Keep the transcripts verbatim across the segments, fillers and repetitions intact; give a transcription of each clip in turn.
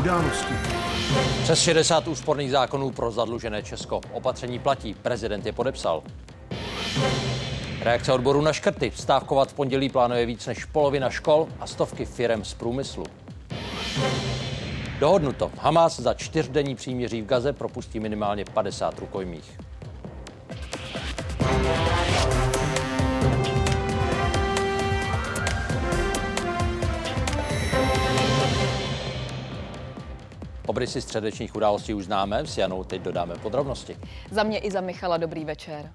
události. Přes šedesát úsporných zákonů pro zadlužené Česko. Opatření platí, prezident je podepsal. Reakce odboru na škrty. Stávkovat v pondělí plánuje víc než polovina škol a stovky firem z průmyslu. Dohodnuto. Hamás za čtyřdenní příměří v Gaze propustí minimálně padesát rukojmích. Obrysy středečních událostí už známe, s Janou teď dodáme podrobnosti. Za mě i za Michala dobrý večer.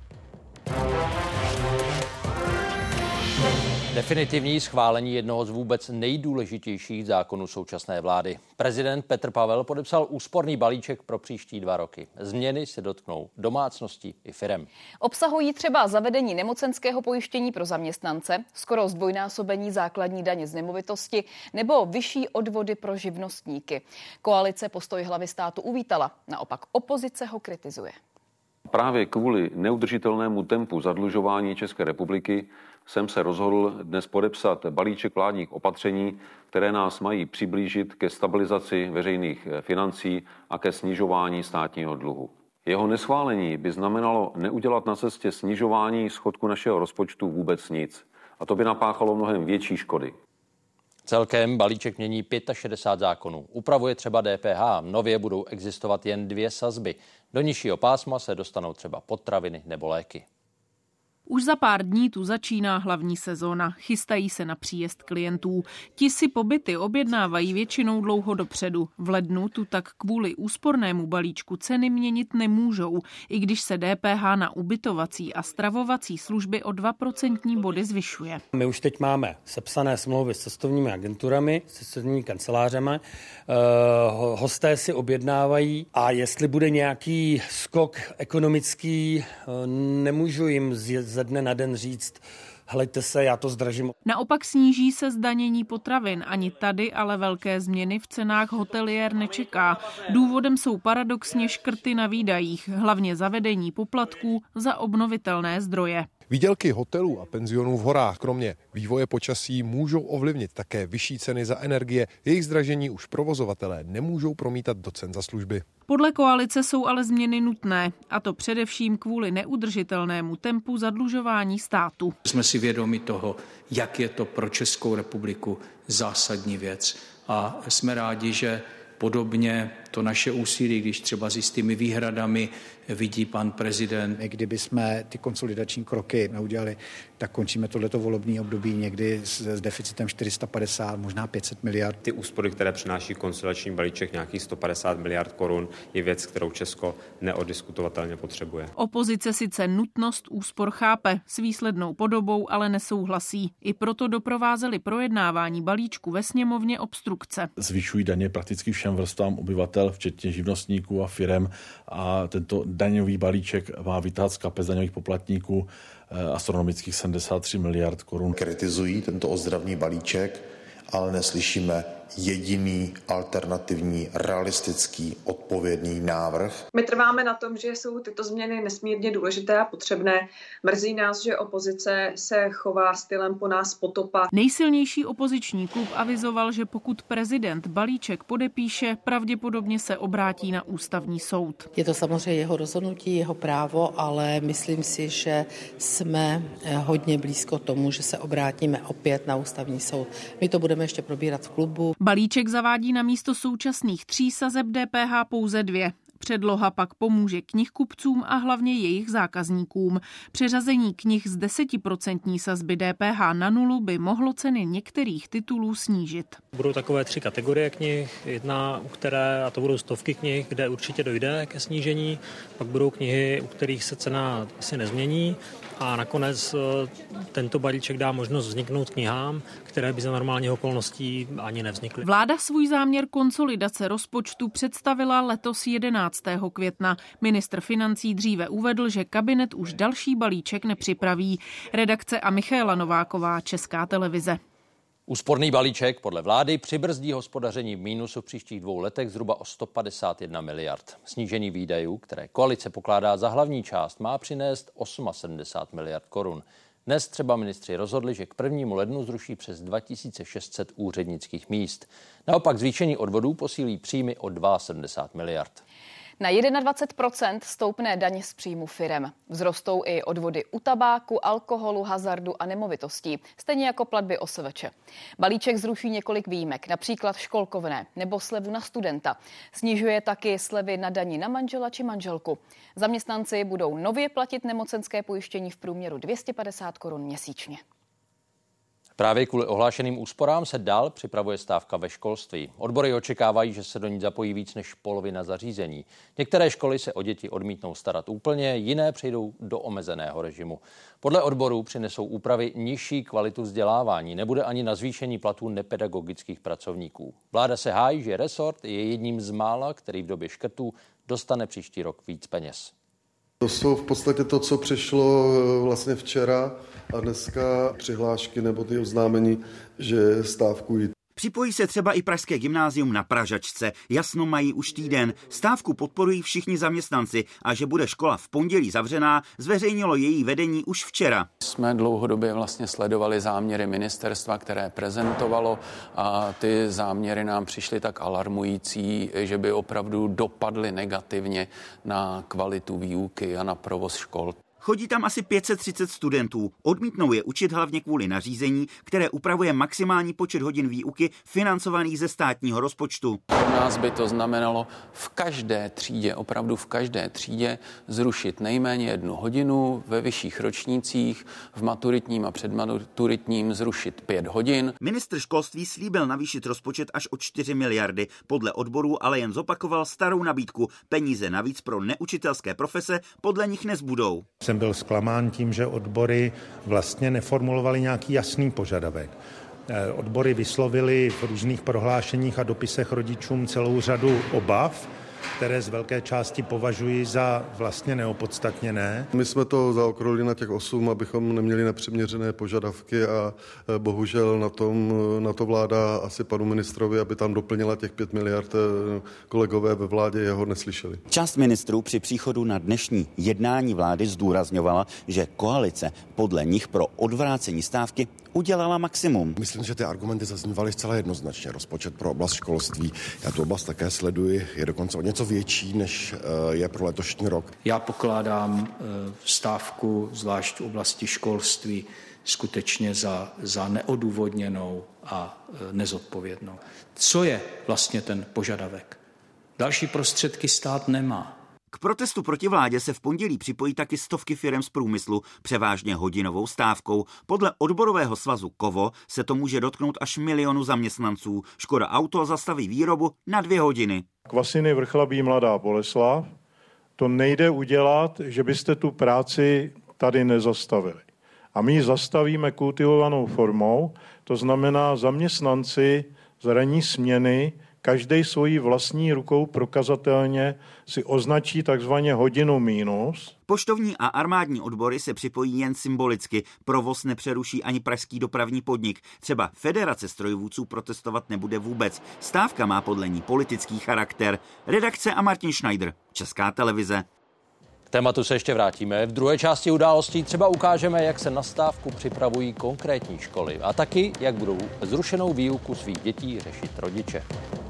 Definitivní schválení jednoho z vůbec nejdůležitějších zákonů současné vlády. Prezident Petr Pavel podepsal úsporný balíček pro příští dva roky. Změny se dotknou domácností i firem. Obsahují třeba zavedení nemocenského pojištění pro zaměstnance, skoro zdvojnásobení základní daně z nemovitosti nebo vyšší odvody pro živnostníky. Koalice postoj hlavy státu uvítala, naopak opozice ho kritizuje. Právě kvůli neudržitelnému tempu zadlužování České republiky jsem se rozhodl dnes podepsat balíček vládních opatření, které nás mají přiblížit ke stabilizaci veřejných financí a ke snižování státního dluhu. Jeho neschválení by znamenalo neudělat na cestě snižování schodku našeho rozpočtu vůbec nic. A to by napáchalo mnohem větší škody. Celkem balíček mění šedesát pět zákonů. Upravuje třeba D P H. Nově budou existovat jen dvě sazby. Do nižšího pásma se dostanou třeba potraviny nebo léky. Už za pár dní tu začíná hlavní sezóna. Chystají se na příjezd klientů. Ti si pobyty objednávají většinou dlouho dopředu. V lednu tu tak kvůli úspornému balíčku ceny měnit nemůžou, i když se D P H na ubytovací a stravovací služby o dva procentní body zvyšuje. My už teď máme sepsané smlouvy s cestovními agenturami, s cestovními kancelářemi. Hosté si objednávají a jestli bude nějaký skok ekonomický, nemůžu jim ze dne na den říct, hleďte se, já to zdražím. Naopak sníží se zdanění potravin. Ani tady ale velké změny v cenách hoteliér nečeká. Důvodem jsou paradoxně škrty na výdajích, hlavně zavedení poplatků za obnovitelné zdroje. Výdělky hotelů a penzionů v horách kromě vývoje počasí můžou ovlivnit také vyšší ceny za energie. Jejich zdražení už provozovatelé nemůžou promítat do cen za služby. Podle koalice jsou ale změny nutné, a to především kvůli neudržitelnému tempu zadlužování státu. Jsme si vědomi toho, jak je to pro Českou republiku zásadní věc a jsme rádi, že podobně to naše úsilí, když třeba s jistými výhradami vidí pan prezident. Kdyby jsme ty konsolidační kroky neudělali, tak končíme tohleto volební období někdy s, s deficitem čtyři sta padesát, možná pět set miliard. Ty úspory, které přináší konsolidační balíček nějakých sto padesát miliard korun, je věc, kterou Česko neoddiskutovatelně potřebuje. Opozice sice nutnost úspor chápe, s výslednou podobou ale nesouhlasí. I proto doprovázeli projednávání balíčku ve sněmovně obstrukce. Zvyšují daně prakticky všem vrstvám obyvatel, včetně živnostníků a firem, a tento daňový balíček má vytáhat z kapes daňových poplatníků astronomických sedmdesát tři miliard korun. Kritizují tento ozdravný balíček, ale neslyšíme jediný alternativní, realistický, odpovědný návrh. My trváme na tom, že jsou tyto změny nesmírně důležité a potřebné. Mrzí nás, že opozice se chová stylem po nás potopa. Nejsilnější opoziční klub avizoval, že pokud prezident balíček podepíše, pravděpodobně se obrátí na ústavní soud. Je to samozřejmě jeho rozhodnutí, jeho právo, ale myslím si, že jsme hodně blízko tomu, že se obrátíme opět na ústavní soud. My to budeme ještě probírat v klubu. Balíček zavádí na místo současných tří sazeb D P H pouze dvě. Předloha pak pomůže knihkupcům a hlavně jejich zákazníkům. Přeřazení knih z desetiprocentní sazby D P H na nulu by mohlo ceny některých titulů snížit. Budou takové tři kategorie knih, jedna, u které, a to budou stovky knih, kde určitě dojde ke snížení, pak budou knihy, u kterých se cena asi nezmění, a nakonec tento balíček dá možnost vzniknout knihám, které by za normálních okolností ani nevznikly. Vláda svůj záměr konsolidace rozpočtu představila letos jedenáctého května. Ministr financí dříve uvedl, že kabinet už další balíček nepřipraví. Redakce a Michaela Nováková, Česká televize. Úsporný balíček podle vlády přibrzdí hospodaření v mínusu v příštích dvou letech zhruba o sto padesát jedna miliard. Snížení výdajů, které koalice pokládá za hlavní část, má přinést sedmdesát osm miliard korun. Dnes třeba ministři rozhodli, že k prvnímu lednu zruší přes dva tisíce šest set úřednických míst. Naopak zvýšení odvodů posílí příjmy o sedmdesát dva miliard. Na dvacet jedna procent stoupne daň z příjmu firem. Vzrostou i odvody u tabáku, alkoholu, hazardu a nemovitostí, stejně jako platby O S V Č. Balíček zruší několik výjimek, například školkovné nebo slevu na studenta. Snižuje taky slevy na dani na manžela či manželku. Zaměstnanci budou nově platit nemocenské pojištění v průměru dvě stě padesát korun měsíčně. Právě kvůli ohlášeným úsporám se dál připravuje stávka ve školství. Odbory očekávají, že se do ní zapojí víc než polovina zařízení. Některé školy se o děti odmítnou starat úplně, jiné přejdou do omezeného režimu. Podle odborů přinesou úpravy nižší kvalitu vzdělávání, nebude ani na zvýšení platů nepedagogických pracovníků. Vláda se hájí, že resort je jedním z mála, který v době škrtů dostane příští rok víc peněz. To jsou v podstatě to, co přišlo vlastně včera a dneska přihlášky nebo ty oznámení, že stávkují. Připojí se třeba i pražské gymnázium na Pražačce. Jasno mají už týden. Stávku podporují všichni zaměstnanci a že bude škola v pondělí zavřená, zveřejnilo její vedení už včera. Jsme dlouhodobě vlastně sledovali záměry ministerstva, které prezentovalo, a ty záměry nám přišly tak alarmující, že by opravdu dopadly negativně na kvalitu výuky a na provoz škol. Chodí tam asi pět set třicet studentů. Odmítnou je učit hlavně kvůli nařízení, které upravuje maximální počet hodin výuky financovaných ze státního rozpočtu. Pro nás by to znamenalo v každé třídě, opravdu v každé třídě zrušit nejméně jednu hodinu, ve vyšších ročnících, v maturitním a předmaturitním zrušit pět hodin. Ministr školství slíbil navýšit rozpočet až o čtyři miliardy. Podle odborů ale jen zopakoval starou nabídku. Peníze navíc pro neučitelské profese podle nich nezbudou. Jsem byl zklamán tím, že odbory vlastně neformulovaly nějaký jasný požadavek. Odbory vyslovily v různých prohlášeních a dopisech rodičům celou řadu obav, které z velké části považuji za vlastně neopodstatněné. My jsme to zaokrojili na těch osm, abychom neměli nepřiměřené požadavky a bohužel na, tom, na to vláda asi panu ministrovi, aby tam doplnila těch pět miliard, kolegové ve vládě jeho neslyšeli. Část ministrů při příchodu na dnešní jednání vlády zdůrazňovala, že koalice podle nich pro odvrácení stávky udělala maximum. Myslím, že ty argumenty zaznívaly zcela jednoznačně. Rozpočet pro oblast školství, já tu oblast také sleduji, je dokonce o něco větší, než je pro letošní rok. Já pokládám stávku, zvlášť v oblasti školství, skutečně za, za neodůvodněnou a nezodpovědnou. Co je vlastně ten požadavek? Další prostředky stát nemá. K protestu proti vládě se v pondělí připojí taky stovky firem z průmyslu, převážně hodinovou stávkou. Podle odborového svazu Kovo se to může dotknout až milionu zaměstnanců. Škoda Auto zastaví výrobu na dvě hodiny. Kvasiny Vrchlabí Mladá Boleslav, to nejde udělat, že byste tu práci tady nezastavili. A my ji zastavíme kultivovanou formou, to znamená zaměstnanci z ranní směny, každý svojí vlastní rukou prokazatelně si označí takzvaně hodinu mínus. Poštovní a armádní odbory se připojí jen symbolicky. Provoz nepřeruší ani pražský dopravní podnik. Třeba Federace strojvůdců protestovat nebude vůbec. Stávka má podle ní politický charakter. Redakce a Martin Schneider, Česká televize. K tématu se ještě vrátíme. V druhé části událostí třeba ukážeme, jak se na stávku připravují konkrétní školy a taky, jak budou zrušenou výuku svých dětí řešit rodiče.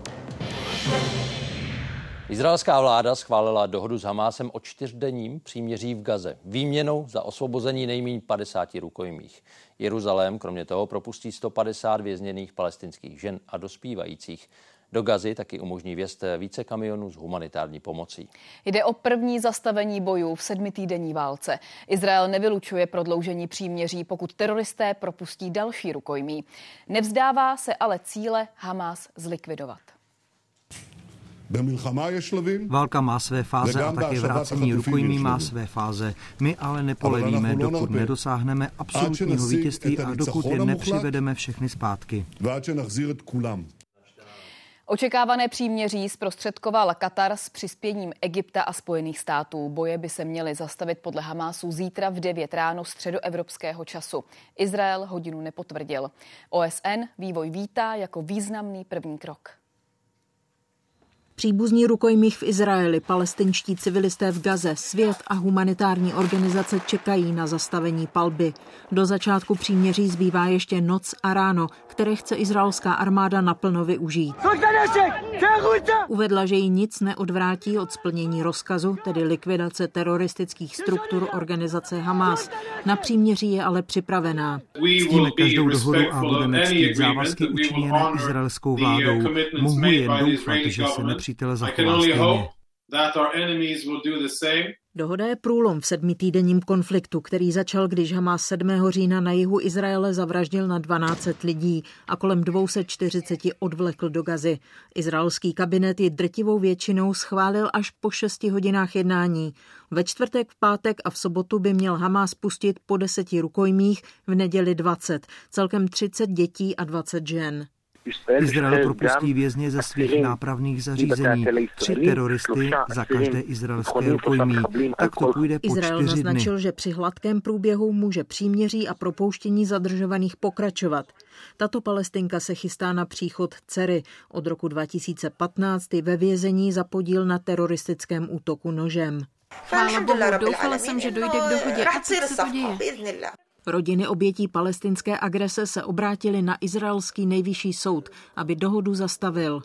Izraelská vláda schválila dohodu s Hamásem o čtyřdenním příměří v Gaze, výměnou za osvobození nejméně padesáti rukojmích. Jeruzalém kromě toho propustí sto padesát vězněných palestinských žen a dospívajících. Do Gazy taky umožní vjezd více kamionů s humanitární pomocí. Jde o první zastavení bojů v sedmitýdenní válce. Izrael nevylučuje prodloužení příměří, pokud teroristé propustí další rukojmí. Nevzdává se ale cíle Hamás zlikvidovat. Válka má své fáze a také vrácení rukojmí má své fáze. My ale nepolevíme, dokud nedosáhneme absolutního vítězství a dokud je nepřivedeme všechny zpátky. Očekávané příměří zprostředkoval Katar s přispěním Egypta a Spojených států. Boje by se měly zastavit podle Hamásu zítra v devět ráno středoevropského času. Izrael hodinu nepotvrdil. O S N vývoj vítá jako významný první krok. Příbuzní rukojmích v Izraeli, palestinští civilisté v Gaze, svět a humanitární organizace čekají na zastavení palby. Do začátku příměří zbývá ještě noc a ráno, které chce izraelská armáda naplno využít. Uvedla, že jí nic neodvrátí od splnění rozkazu, tedy likvidace teroristických struktur organizace Hamas. Na příměří je ale připravená. Ctíme každou dohodu a budeme ctít závazky učiněné izraelskou vládou. Mohu jen doufat, že se nepřítel zachová stejně. Dohoda je průlom v sedmitýdenním konfliktu, který začal, když Hamas sedmého října na jihu Izraele zavraždil na dvanáct set lidí a kolem dvě stě čtyřicet odvlekl do Gazy. Izraelský kabinet ji drtivou většinou schválil až po šesti hodinách jednání. Ve čtvrtek, v pátek a v sobotu by měl Hamas pustit po deseti rukojmích, v neděli dvacet, celkem třicet dětí a dvacet žen. Izrael propustí vězně ze svých nápravných zařízení, tři teroristy za každé izraelské rukojmí. Tak to půjde po Izrael čtyři dny. naznačil, že při hladkém průběhu může příměří a propouštění zadržovaných pokračovat. Tato Palestinka se chystá na příchod dcery. Od roku dva tisíce patnáct je ve vězení za podíl na teroristickém útoku nožem. Chvála Bohu, doufala jsem, že dojde k dohodě a teď se to děje. Rodiny obětí palestinské agrese se obrátily na izraelský nejvyšší soud, aby dohodu zastavil.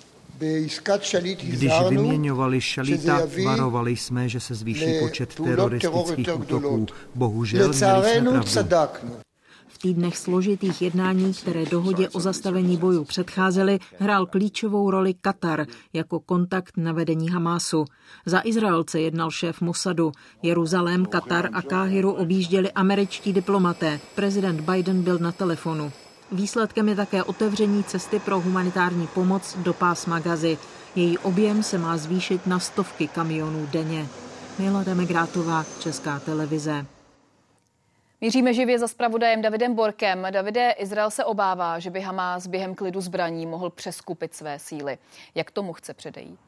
Když vyměňovali šalíta, varovali jsme, že se zvýší počet teroristických útoků. Bohužel měli jsme pravdu. V týdnech složitých jednání, které dohodě o zastavení bojů předcházely, hrál klíčovou roli Katar jako kontakt na vedení Hamásu. Za Izraelce jednal šéf Mosadu. Jeruzalém, Katar a Káhiru objížděli američtí diplomaté. Prezident Biden byl na telefonu. Výsledkem je také otevření cesty pro humanitární pomoc do pásma Gazy. Její objem se má zvýšit na stovky kamionů denně. Milada Megrátová, Česká televize. Míříme živě za zpravodajem Davidem Borkem. Davide, Izrael se obává, že by Hamás během klidu zbraní mohl přeskupit své síly. Jak tomu chce předejít?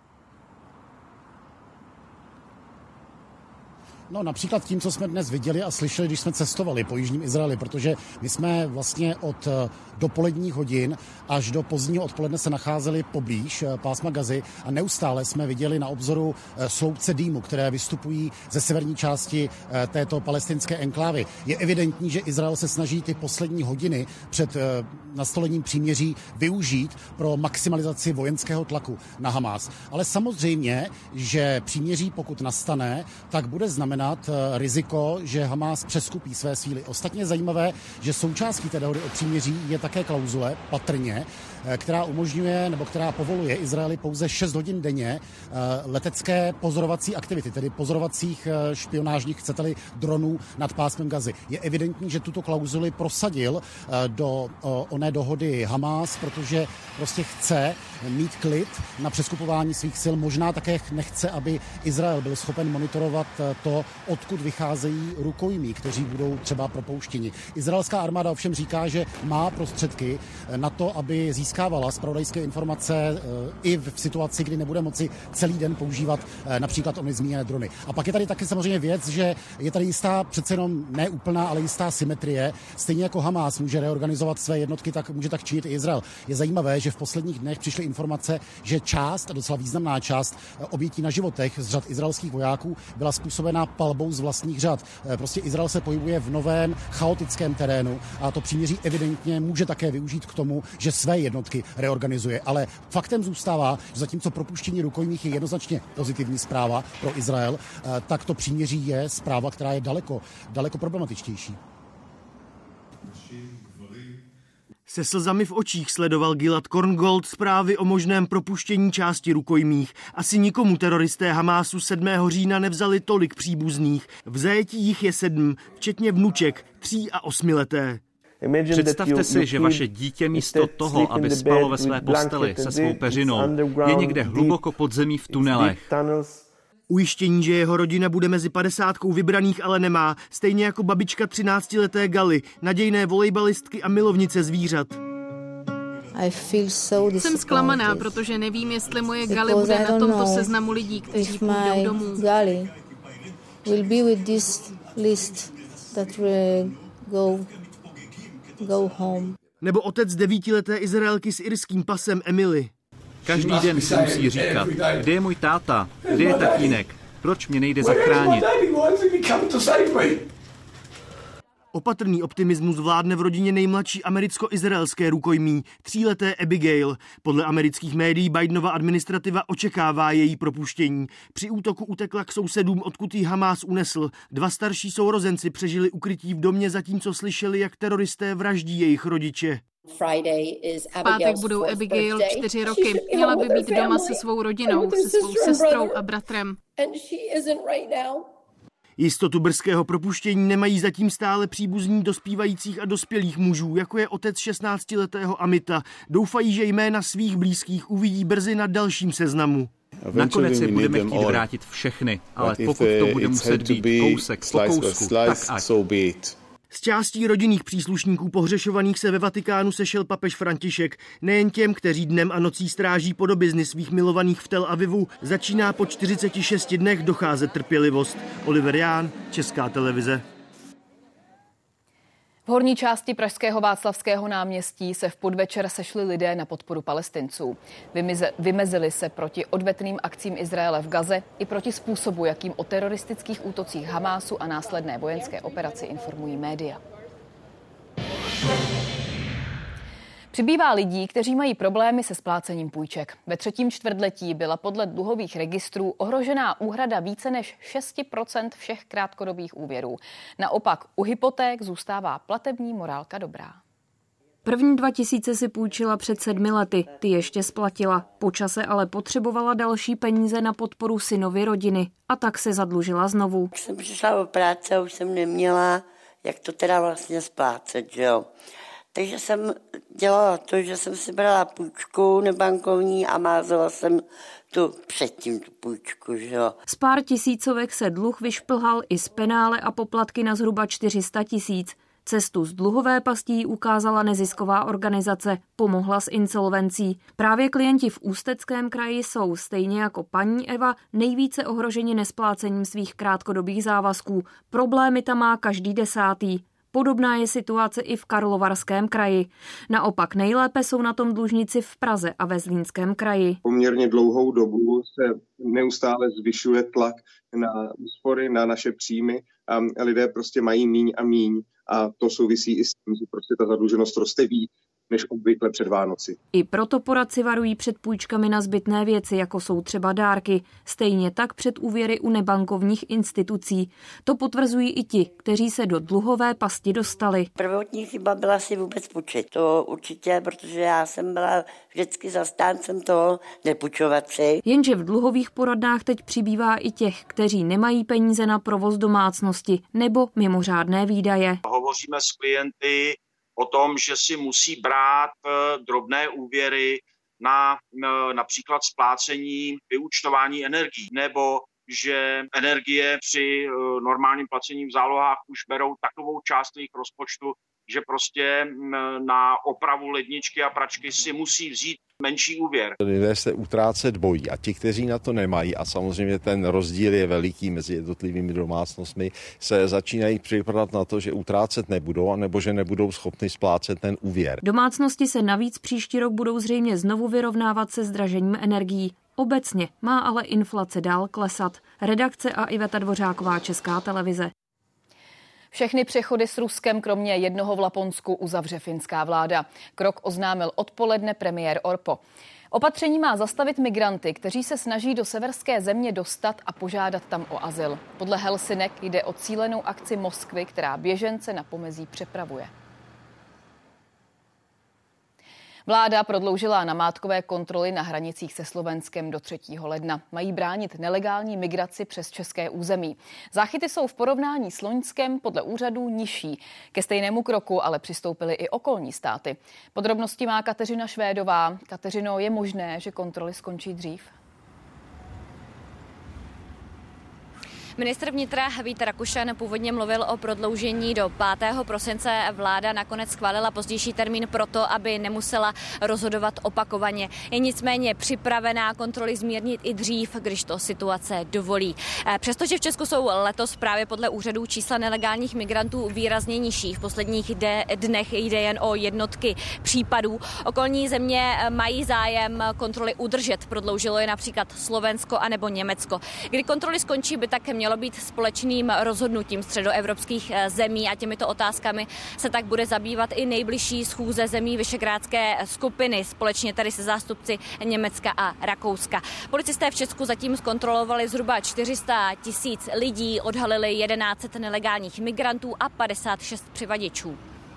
No například tím, co jsme dnes viděli a slyšeli, když jsme cestovali po jižním Izraeli, protože my jsme vlastně od dopoledních hodin až do pozdního odpoledne se nacházeli poblíž pásma Gazy a neustále jsme viděli na obzoru sloupce dýmu, které vystupují ze severní části této palestinské enklávy. Je evidentní, že Izrael se snaží ty poslední hodiny před nastolením příměří využít pro maximalizaci vojenského tlaku na Hamás. Ale samozřejmě, že příměří, pokud nastane, tak bude znamenat riziko, že Hamás přeskupí své síly. Ostatně je zajímavé, že součástí té dohody o příměří je také klauzule, patrně, která umožňuje nebo která povoluje Izraeli pouze šest hodin denně letecké pozorovací aktivity, tedy pozorovacích špionážních, chcete-li, dronů nad pásmem Gazy. Je evidentní, že tuto klauzuli prosadil do oné dohody Hamás, protože prostě chce mít klid na přeskupování svých sil. Možná také nechce, aby Izrael byl schopen monitorovat to, odkud vycházejí rukojmí, kteří budou třeba propouštěni. Izraelská armáda ovšem říká, že má prostředky na to, aby získávala zpravodajské informace i v situaci, kdy nebude moci celý den používat například ony zmíněné drony. A pak je tady taky samozřejmě věc, že je tady jistá, přece jenom neúplná, ale jistá symetrie. Stejně jako Hamás může reorganizovat své jednotky, tak může tak činit i Izrael. Je zajímavé, že v posledních dnech přišly informace, že část, docela významná část obětí na životech z řad izraelských vojáků byla způsobena palbou z vlastních řad. Prostě Izrael se pohybuje v novém chaotickém terénu a to příměří evidentně může také využít k tomu, že své jednotky reorganizuje. Ale faktem zůstává, že zatímco propuštění rukojmích je jednoznačně pozitivní zpráva pro Izrael, tak to příměří je zpráva, která je daleko, daleko problematičtější. Se slzami v očích sledoval Gilad Korngold zprávy o možném propuštění části rukojmích. Asi nikomu teroristé Hamásu sedmého října nevzali tolik příbuzných. V zajetí jich je sedm, včetně vnuček, tří a osmileté. Představte si, že vaše dítě místo toho, aby spalo ve své posteli se svou peřinou, je někde hluboko pod zemí v tunelech. Ujištění, že jeho rodina bude mezi padesátkou vybraných, ale nemá, stejně jako babička třináctileté Galy, nadějné volejbalistky a milovnice zvířat. Jsem zklamaná, protože nevím, jestli moje Gali bude na tomto seznamu lidí, kteří půjdou domů. Nebo otec devítileté Izraelky s irským pasem Emily. Každý den si musí říkat, kde je můj táta, kde je tatínek, proč mě nejde zachránit. Opatrný optimismus vládne v rodině nejmladší americko-izraelské rukojmí, tříleté Abigail. Podle amerických médií Bidenova administrativa očekává její propuštění. Při útoku utekla k sousedům, odkud jí Hamás unesl. Dva starší sourozenci přežili ukrytí v domě, zatímco slyšeli, jak teroristé vraždí jejich rodiče. V pátek budou Abigail čtyři roky. Měla by být doma se svou rodinou, se svou sestrou a bratrem. Jistotu brzkého propuštění nemají zatím stále příbuzní dospívajících a dospělých mužů, jako je otec šestnáctiletého Amita. Doufají, že jména svých blízkých uvidí brzy na dalším seznamu. Nakonec je budeme chtít vrátit všechny, ale pokud to bude muset být kousek po kousku, tak ať. Z částí rodinných příslušníků pohřešovaných se ve Vatikánu sešel papež František. Nejen těm, kteří dnem a nocí stráží podobizny svých milovaných v Tel Avivu, začíná po čtyřiceti šesti dnech docházet trpělivost. Oliver Ján, Česká televize. V horní části pražského Václavského náměstí se v podvečer sešli lidé na podporu Palestinců. Vymize, vymezili se proti odvetným akcím Izraele v Gaze i proti způsobu, jakým o teroristických útocích Hamásu a následné vojenské operaci informují média. Přibývá lidí, kteří mají problémy se splácením půjček. Ve třetím čtvrtletí byla podle dluhových registrů ohrožená úhrada více než šest procent všech krátkodobých úvěrů. Naopak u hypoték zůstává platební morálka dobrá. První dva tisíce si půjčila před sedmi lety, ty ještě splatila. Po čase ale potřebovala další peníze na podporu synovy rodiny a tak se zadlužila znovu. Už jsem přišla o práci a už jsem neměla, jak to teda vlastně splácet, že jo. Takže jsem dělala to, že jsem si brala půjčku nebankovní a mázala jsem tu předtím tu půjčku, že jo. Z pár tisícovek se dluh vyšplhal i z penále a poplatky na zhruba čtyři sta tisíc. Cestu z dluhové pastí ukázala nezisková organizace, pomohla s insolvencí. Právě klienti v Ústeckém kraji jsou, stejně jako paní Eva, nejvíce ohroženi nesplácením svých krátkodobých závazků. Problémy tam má každý desátý. Podobná je situace i v Karlovarském kraji. Naopak nejlépe jsou na tom dlužníci v Praze a ve Zlínském kraji. Poměrně dlouhou dobu se neustále zvyšuje tlak na úspory, na naše příjmy a lidé prostě mají míň a míň a to souvisí i s tím, že prostě ta zadluženost roste víc než obvykle před Vánoci. I proto poradci varují před půjčkami na zbytné věci, jako jsou třeba dárky. Stejně tak před úvěry u nebankovních institucí. To potvrzují i ti, kteří se do dluhové pasti dostali. Prvotní chyba byla si vůbec půjčit. To určitě, protože já jsem byla vždycky zastáncem toho nepůjčovat si. Jenže v dluhových poradnách teď přibývá i těch, kteří nemají peníze na provoz domácnosti nebo mimořádné výdaje. Hovoříme s klienty o tom, že si musí brát drobné úvěry na například splácení vyúčtování energií, nebo že energie při normálním placení v zálohách už berou takovou část jejich rozpočtu, že prostě na opravu ledničky a pračky si musí vzít menší úvěr. Lidé se utrácet bojí a ti, kteří na to nemají, a samozřejmě ten rozdíl je veliký mezi jednotlivými domácnostmi, se začínají připadat na to, že utrácet nebudou, anebo že nebudou schopni splácet ten úvěr. Domácnosti se navíc příští rok budou zřejmě znovu vyrovnávat se zdražením energií. Obecně má ale inflace dál klesat. Redakce a Iveta Dvořáková, Česká televize. Všechny přechody s Ruskem kromě jednoho v Laponsku uzavře finská vláda. Krok oznámil odpoledne premiér Orpo. Opatření má zastavit migranty, kteří se snaží do severské země dostat a požádat tam o azyl. Podle Helsinek jde o cílenou akci Moskvy, která běžence na pomezí přepravuje. Vláda prodloužila namátkové kontroly na hranicích se Slovenskem do třetího ledna. Mají bránit nelegální migraci přes české území. Záchyty jsou v porovnání s loňskem podle úřadů nižší. Ke stejnému kroku ale přistoupily i okolní státy. Podrobnosti má Kateřina Švédová. Kateřino, je možné, že kontroly skončí dřív? Ministr vnitra Vít Rakušan původně mluvil o prodloužení do pátého prosince. Vláda nakonec schválila pozdější termín proto, aby nemusela rozhodovat opakovaně. Je nicméně připravená kontroly zmírnit i dřív, když to situace dovolí. Přestože v Česku jsou letos právě podle úřadů čísla nelegálních migrantů výrazně nižší, v posledních dnech jde jen o jednotky případů. Okolní země mají zájem kontroly udržet. Prodloužilo je například Slovensko anebo Německo. Kdy kontroly skončí, by tak mělo být společným rozhodnutím středoevropských zemí a těmito otázkami se tak bude zabývat i nejbližší schůze zemí Visegrádské skupiny, společně tady se zástupci Německa a Rakouska. Policisté v Česku zatím zkontrolovali zhruba čtyři sta tisíc lidí, odhalili jedenáct set nelegálních migrantů a padesát šest přivaděčů.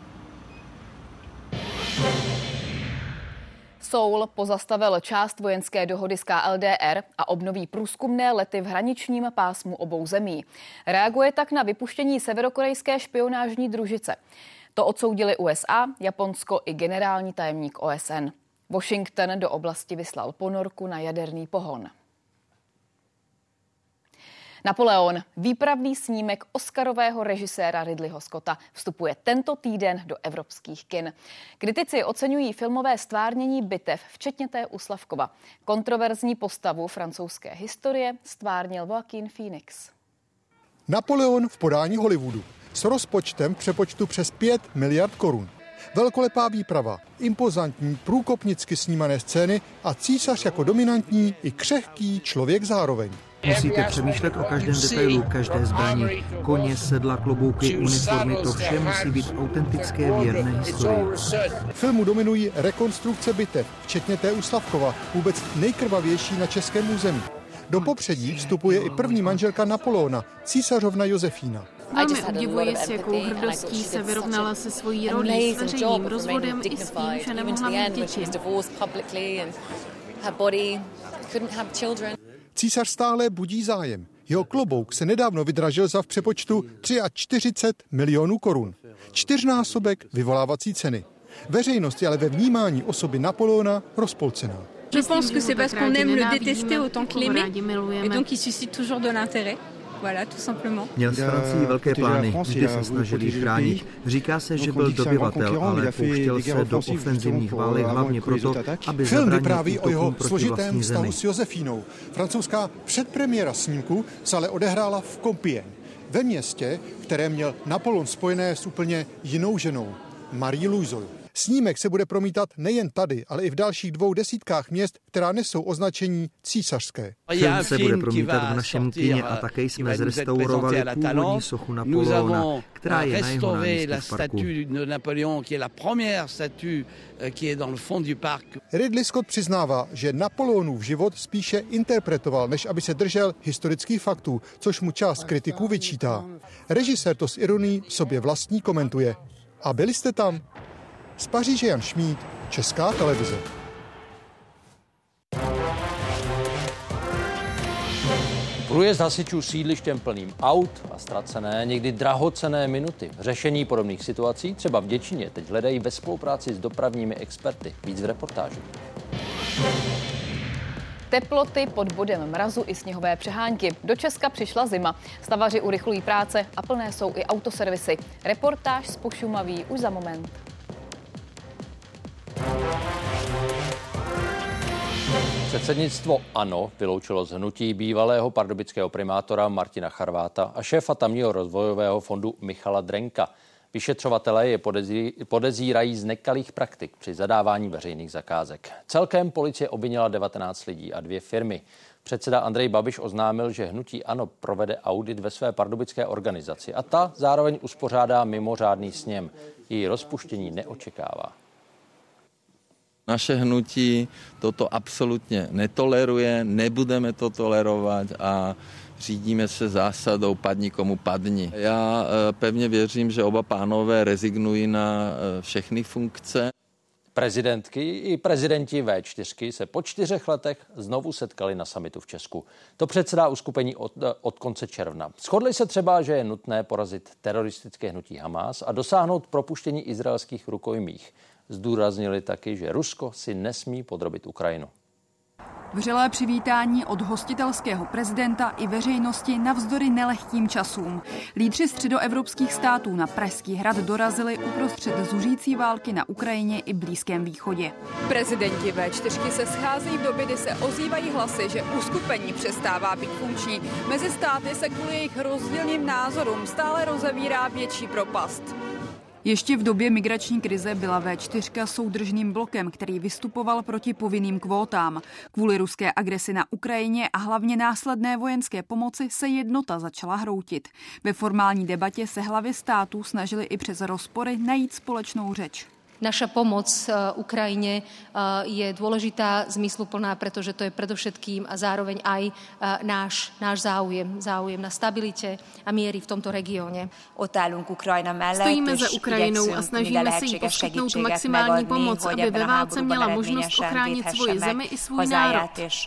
Soul pozastavil část vojenské dohody s K L D R a obnoví průzkumné lety v hraničním pásmu obou zemí. Reaguje tak na vypuštění severokorejské špionážní družice. To odsoudili U S A, Japonsko i generální tajemník O S N. Washington do oblasti vyslal ponorku na jaderný pohon. Napoleon, výpravný snímek oscarového režiséra Ridleyho Scotta, vstupuje tento týden do evropských kin. Kritici oceňují filmové stvárnění bitev, včetně té u Slavkova. Kontroverzní postavu francouzské historie stvárnil Joaquin Phoenix. Napoleon v podání Hollywoodu s rozpočtem v přepočtu přes pět miliard korun. Velkolepá výprava, impozantní, průkopnicky snímané scény a císař jako dominantní i křehký člověk zároveň. Musíte přemýšlet o každém detailu, každé zbraní. Koně, sedla, klobouky, uniformy, to vše musí být autentické, věrné historii. Filmu dominují rekonstrukce bitev, včetně té u Slavkova, vůbec nejkrvavější na českém území. Do popředí vstupuje i první manželka Napoleona, císařovna Josefína. Velmi obdivuji, s jakou hrdostí se vyrovnala se svojí rolí, s veřejným rozvodem i s tím, že nemohla mít děti. Císař stále budí zájem. Jeho klobouk se nedávno vydražil za v přepočtu čtyřicet tři milionů korun. Čtyřnásobek vyvolávací ceny. Veřejnost je ale ve vnímání osoby Napoleona rozpolcená. Je pense que c'est parce qu'on aime le détester autant que l'aimer et donc il suscite toujours de l'intérêt. Voilà, tout simplement. Měl s Francií velké plány, vždy se snažili chránit. Říká se, že byl dobyvatel, ale pouštěl se do ofenzivních válek hlavně proto, aby Film zabránil vypráví o jeho proti složitém vlastní vztahu zemi. s Josefínou. Francouzská předpremiéra snímku se ale odehrála v Compiègne, ve městě, které měl Napoleon spojené s úplně jinou ženou, Marie Louisou. Snímek se bude promítat nejen tady, ale i v dalších dvou desítkách měst, která nesou označení císařské. Film se bude promítat v našem kině a také jsme zrestaurovali původní sochu Napoleona, která je na jeho náměstí v parku. Ridley Scott přiznává, že Napoleonův život spíše interpretoval, než aby se držel historických faktů, což mu část kritiků vyčítá. Režisér to s ironií v sobě vlastní komentuje. A byli jste tam? Z Paříže Jan Šmíd, Česká televize. Průjezd hasičů sídlištěm plným aut a ztracené, někdy drahocenné minuty. Řešení podobných situací třeba v Děčíně teď hledají ve spolupráci s dopravními experty. Víc v reportáži. Teploty pod bodem mrazu i sněhové přehánky. Do Česka přišla zima. Stavaři urychlují práce a plné jsou i autoservisy. Reportáž z Pošumaví už za moment. Předsednictvo ANO vyloučilo z hnutí bývalého pardubického primátora Martina Charváta a šéfa tamního rozvojového fondu Michala Drenka. Vyšetřovatelé je podezí, podezírají z nekalých praktik při zadávání veřejných zakázek. Celkem policie obvinila devatenáct lidí a dvě firmy. Předseda Andrej Babiš oznámil, že hnutí ANO provede audit ve své pardubické organizaci a ta zároveň uspořádá mimořádný sněm. Její rozpuštění neočekává. Naše hnutí toto absolutně netoleruje, nebudeme to tolerovat a řídíme se zásadou padni komu padni. Já pevně věřím, že oba pánové rezignují na všechny funkce. Prezidentky i prezidenti vé čtyři se po čtyřech letech znovu setkali na summitu v Česku. To předsedá uskupení od, od konce června. Shodli se třeba, že je nutné porazit teroristické hnutí Hamás a dosáhnout propuštění izraelských rukojmích. Zdůraznili taky, že Rusko si nesmí podrobit Ukrajinu. Vřelé přivítání od hostitelského prezidenta i veřejnosti navzdory nelehkým časům. Lídři středoevropských států na Pražský hrad dorazili uprostřed zuřící války na Ukrajině i Blízkém východě. Prezidenti vé čtyřky se scházejí v době, kdy se ozývají hlasy, že uskupení přestává být funkční. Mezi státy se kvůli jejich rozdílným názorům stále rozevírá větší propast. Ještě v době migrační krize byla vé čtyři soudržným blokem, který vystupoval proti povinným kvótám. Kvůli ruské agresi na Ukrajině a hlavně následné vojenské pomoci se jednota začala hroutit. Ve formální debatě se hlavy států snažily i přes rozpory najít společnou řeč. Naša pomoc Ukrajine je dôležitá, zmysluplná, pretože to je predovšetkým a zároveň aj náš, náš záujem, záujem na stabilite a miery v tomto regióne. Stojíme za Ukrajinou a snažíme se jí poskytnout maximální pomoc, aby ve válce měla možnost ochránit svoji zemi i svůj národ.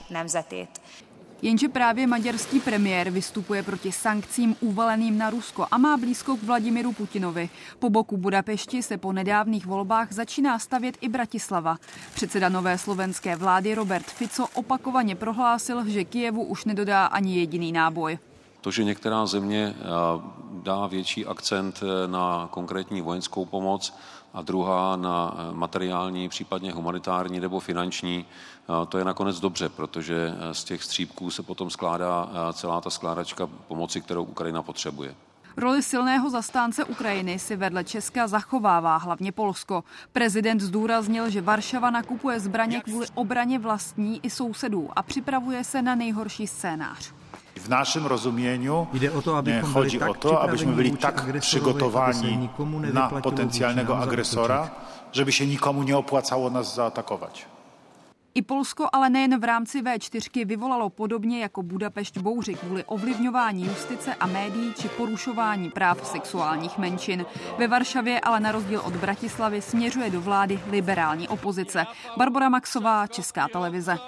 Jenže právě maďarský premiér vystupuje proti sankcím uvaleným na Rusko a má blízko k Vladimiru Putinovi. Po boku Budapešti se po nedávných volbách začíná stavět i Bratislava. Předseda nové slovenské vlády Robert Fico opakovaně prohlásil, že Kyjevu už nedodá ani jediný náboj. To, že některá země dá větší akcent na konkrétní vojenskou pomoc a druhá na materiální, případně humanitární nebo finanční, to je nakonec dobře, protože z těch střípků se potom skládá celá ta skládačka pomoci, kterou Ukrajina potřebuje. Roli silného zastánce Ukrajiny si vedle Česka zachovává hlavně Polsko. Prezident zdůraznil, že Varšava nakupuje zbraně kvůli obraně vlastní i sousedů a připravuje se na nejhorší scénář. V našem rozumění jde o to, abychom chodí o to, aby jsme byli tak přigotováni na potenciálního agresora, že by se nikomu neopłacalo nás zaatakovat. I Polsko, ale nejen v rámci vé čtyři, vyvolalo podobně jako Budapešť bouři kvůli ovlivňování justice a médií či porušování práv sexuálních menšin. Ve Varšavě ale na rozdíl od Bratislavy směřuje do vlády liberální opozice. Barbora Maxová, Česká televize.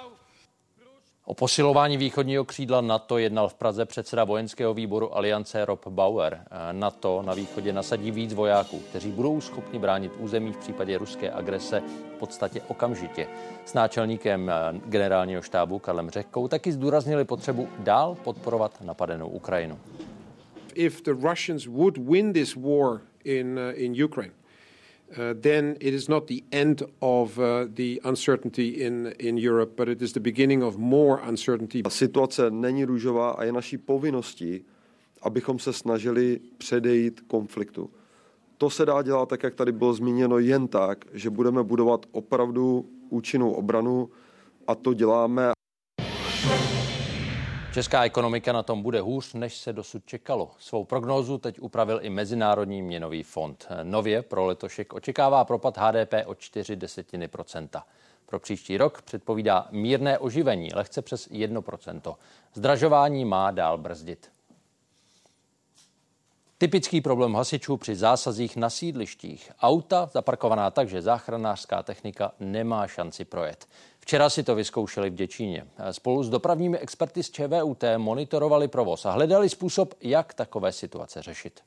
O posilování východního křídla NATO jednal v Praze předseda vojenského výboru Aliance Rob Bauer. NATO na východě nasadí víc vojáků, kteří budou schopni bránit území v případě ruské agrese v podstatě okamžitě. S náčelníkem generálního štábu Karlem Řehkou taky zdůraznili potřebu dál podporovat napadenou Ukrajinu. If the Russians would win this war in uh, in Ukraine, Uh, then it is not the end of uh, the uncertainty in, in Europe, but it is the beginning of more uncertainty. Situace není růžová a je naší povinností, abychom se snažili předejít konfliktu. To se dá dělat tak, jak tady bylo zmíněno, jen tak, že budeme budovat opravdu účinnou obranu a to děláme. Česká ekonomika na tom bude hůř, než se dosud čekalo. Svou prognózu teď upravil i Mezinárodní měnový fond. Nově pro letošek očekává propad H D P o čtyři desetiny procenta. Pro příští rok předpovídá mírné oživení, lehce přes jedno procento. Zdražování má dál brzdit. Typický problém hasičů při zásazích na sídlištích. Auta zaparkovaná tak, že záchranářská technika nemá šanci projet. Včera si to vyzkoušeli v Děčíně. Spolu s dopravními experty z ČVUT monitorovali provoz a hledali způsob, jak takové situace řešit.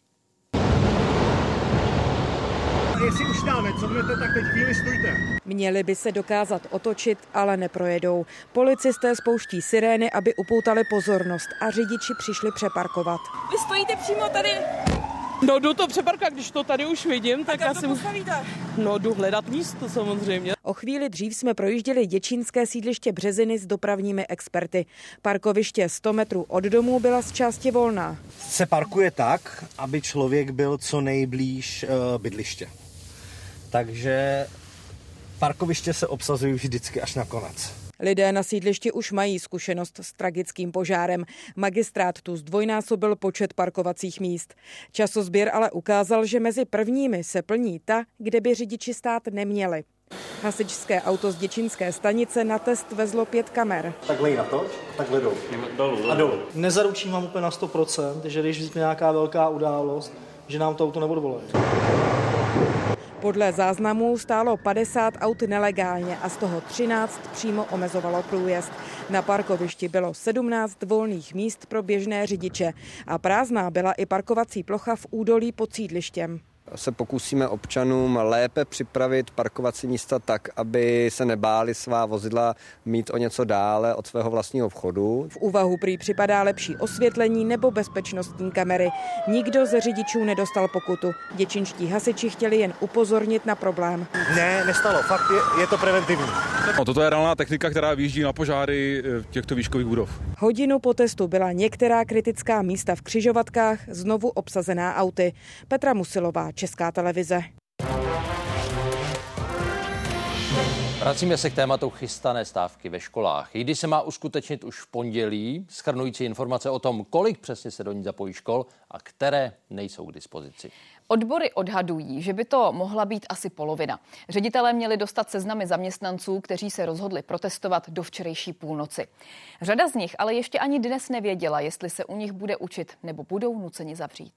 Jestli už dáme, co budete, tak teď chvíli stůjte. Měli by se dokázat otočit, ale neprojedou. Policisté spouští sirény, aby upoutali pozornost a řidiči přišli přeparkovat. Vy stojíte přímo tady. No jdu to přeparkat, když to tady už vidím, tak asi... postavíte? No jdu hledat místo samozřejmě. O chvíli dřív jsme projížděli děčínské sídliště Březiny s dopravními experty. Parkoviště sto metrů od domu byla z části volná. Se parkuje tak, aby člověk byl co nejblíž uh, bydliště. Takže parkoviště se obsazují vždycky až na konec. Lidé na sídlišti už mají zkušenost s tragickým požárem. Magistrát tu zdvojnásobil počet parkovacích míst. Časozběr ale ukázal, že mezi prvními se plní ta, kde by řidiči stát neměli. Hasičské auto z děčínské stanice na test vezlo pět kamer. Takhle ji natoč, takhle dolů. A dolů. Nezaručím vám úplně na sto procent, že když vznikne nějaká velká událost, že nám to auto neodvolají. Podle záznamů stálo padesát aut nelegálně a z toho třináct přímo omezovalo průjezd. Na parkovišti bylo sedmnáct volných míst pro běžné řidiče a prázdná byla i parkovací plocha v údolí pod sídlištěm. se pokusíme občanům lépe připravit parkovací místa tak, aby se nebáli svá vozidla mít o něco dále od svého vlastního vchodu. V úvahu prý připadá lepší osvětlení nebo bezpečnostní kamery. Nikdo ze řidičů nedostal pokutu. Děčínští hasiči chtěli jen upozornit na problém. Ne, nestalo. Fakt je, je to preventivní. No, toto je reálná technika, která vyjíždí na požáry těchto výškových budov. Hodinu po testu byla některá kritická místa v křižovatkách znovu obsazená auty. Petra Musilová, Česká televize. Vracíme se k tématu chystané stávky ve školách. I když se má uskutečnit už v pondělí, shrnující informace o tom, kolik přesně se do ní zapojí škol a které nejsou k dispozici. Odbory odhadují, že by to mohla být asi polovina. Ředitelé měli dostat seznamy zaměstnanců, kteří se rozhodli protestovat do včerejší půlnoci. Řada z nich ale ještě ani dnes nevěděla, jestli se u nich bude učit nebo budou nuceni zavřít.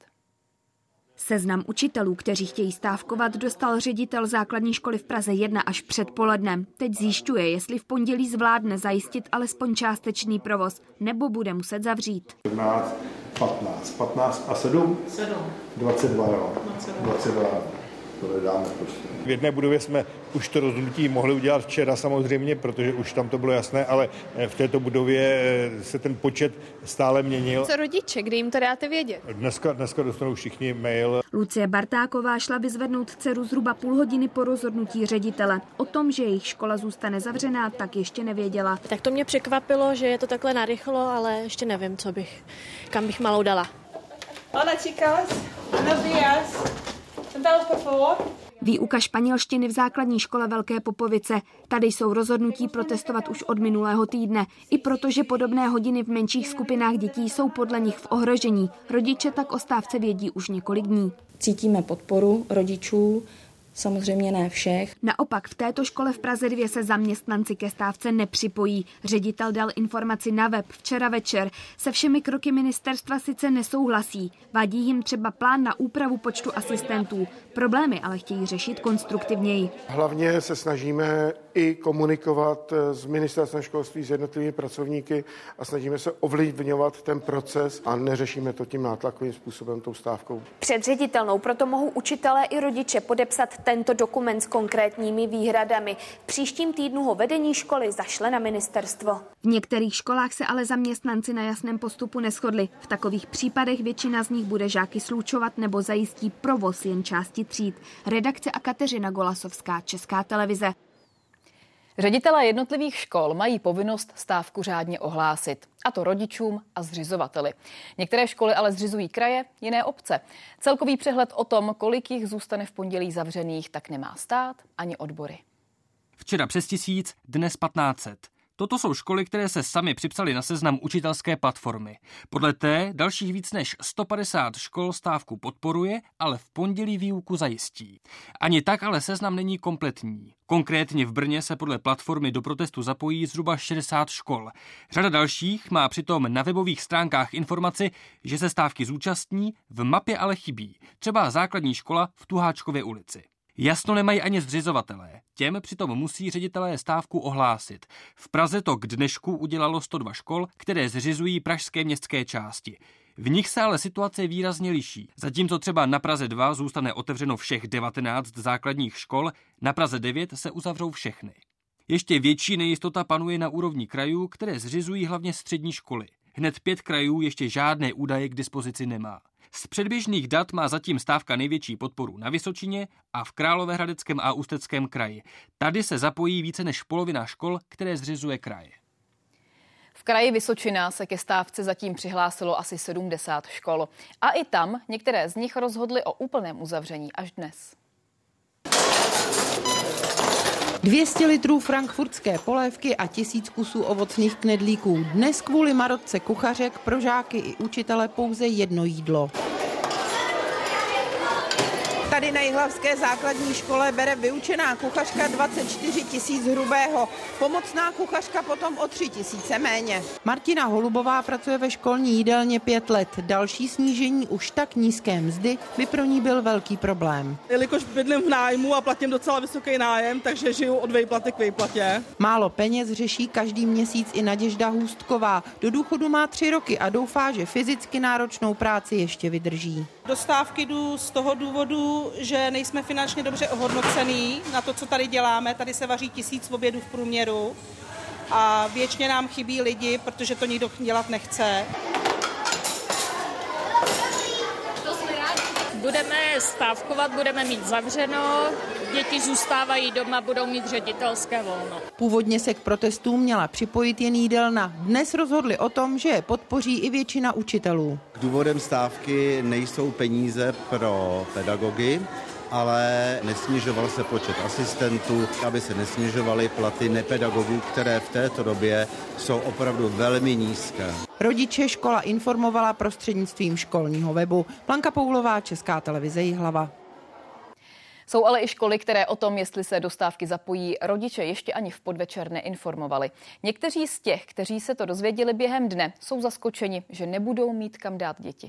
Seznam učitelů, kteří chtějí stávkovat, dostal ředitel základní školy v Praze jedna až předpolednem. Teď zjišťuje, jestli v pondělí zvládne zajistit alespoň částečný provoz, nebo bude muset zavřít. sedmnáct, patnáct, patnáct a sedm? sedm. dvacet dva, jo. dvacet dva. To nedáme prostě. V jedné budově jsme už to rozhodnutí mohli udělat včera samozřejmě, protože už tam to bylo jasné, ale v této budově se ten počet stále měnil. Co rodiče, kdy jim to dáte vědět? Dneska, dneska dostanou všichni mail. Lucie Bartáková šla vyzvednout dceru zhruba půl hodiny po rozhodnutí ředitele. O tom, že jejich škola zůstane zavřená, tak ještě nevěděla. Tak to mě překvapilo, že je to takhle narychlo, ale ještě nevím, co bych, kam bych malou dala. Hola chicas, buenos días. Sentados por favor. Výuka španělštiny v základní škole Velké Popovice. Tady jsou rozhodnutí protestovat už od minulého týdne. I protože podobné hodiny v menších skupinách dětí jsou podle nich v ohrožení. Rodiče tak o stávce vědí už několik dní. Cítíme podporu rodičů, samozřejmě ne všech. Naopak v této škole v Praze dvě se zaměstnanci ke stávce nepřipojí. Ředitel dal informaci na web včera večer. Se všemi kroky ministerstva sice nesouhlasí. Vadí jim třeba plán na úpravu počtu asistentů. Problémy ale chtějí řešit konstruktivněji. Hlavně se snažíme i komunikovat s ministerstvem školství, s jednotlivými pracovníky a snažíme se ovlivňovat ten proces a neřešíme to tím nátlakovým způsobem, tou stávkou. Před ředitelnou proto mohou učitelé i rodiče podepsat tento dokument s konkrétními výhradami. V příštím týdnu ho vedení školy zašle na ministerstvo. V některých školách se ale zaměstnanci na jasném postupu neshodli. V takových případech většina z nich bude žáky slučovat nebo zajistí provoz jen části tříd. Redakce a Kateřina Golasovská, Česká televize. Ředitelé jednotlivých škol mají povinnost stávku řádně ohlásit, a to rodičům a zřizovateli. Některé školy ale zřizují kraje, jiné obce. Celkový přehled o tom, kolik jich zůstane v pondělí zavřených, tak nemá stát ani odbory. Včera přes tisíc, dnes patnáct set. Toto jsou školy, které se sami připsaly na seznam učitelské platformy. Podle té dalších víc než sto padesát škol stávku podporuje, ale v pondělí výuku zajistí. Ani tak ale seznam není kompletní. Konkrétně v Brně se podle platformy do protestu zapojí zhruba šedesát škol. Řada dalších má přitom na webových stránkách informaci, že se stávky zúčastní, v mapě ale chybí. Třeba základní škola v Tuháčkově ulici. Jasno nemají ani zřizovatelé. Těm přitom musí ředitelé stávku ohlásit. V Praze to k dnešku udělalo sto dva škol, které zřizují pražské městské části. V nich se ale situace výrazně liší. Zatímco třeba na Praze dva zůstane otevřeno všech devatenáct základních škol, na Praze devět se uzavřou všechny. Ještě větší nejistota panuje na úrovni krajů, které zřizují hlavně střední školy. Hned pět krajů ještě žádné údaje k dispozici nemá. Z předběžných dat má zatím stávka největší podporu na Vysočině a v Královéhradeckém a Ústeckém kraji. Tady se zapojí více než polovina škol, které zřizuje kraj. V kraji Vysočina se ke stávce zatím přihlásilo asi sedmdesát škol. A i tam některé z nich rozhodly o úplném uzavření až dnes. dvě stě litrů frankfurtské polévky a tisíc kusů ovocných knedlíků. Dnes kvůli marotce kuchařek pro žáky i učitele pouze jedno jídlo. Tady na jihlavské základní škole bere vyučená kuchařka dvacet čtyři tisíc hrubého. Pomocná kuchařka potom o tři tisíce méně. Martina Holubová pracuje ve školní jídelně pět let. Další snížení už tak nízké mzdy by pro ní byl velký problém. Jelikož bydlím v nájmu a platím docela vysoký nájem, takže žiju od výplaty k výplatě. Málo peněz řeší každý měsíc i Naděžda Hůstková. Do důchodu má tři roky a doufá, že fyzicky náročnou práci ještě vydrží. Do stávky jdu z toho důvodu, důvodu, že nejsme finančně dobře ohodnocený na to, co tady děláme. Tady se vaří tisíc obědů v průměru a věčně nám chybí lidi, protože to nikdo dělat nechce. Budeme stávkovat, budeme mít zavřeno, děti zůstávají doma, budou mít ředitelské volno. Původně se k protestům měla připojit jen jídelna. Dnes rozhodli o tom, že je podpoří i většina učitelů. Důvodem stávky nejsou peníze pro pedagogy, ale nesnižoval se počet asistentů, aby se nesnižovaly platy nepedagogů, které v této době jsou opravdu velmi nízké. Rodiče škola informovala prostřednictvím školního webu. Blanka Poulová, Česká televize Jihlava. Jsou ale i školy, které o tom, jestli se do stávky zapojí, rodiče ještě ani v podvečer neinformovali. Někteří z těch, kteří se to dozvěděli během dne, jsou zaskočeni, že nebudou mít kam dát děti.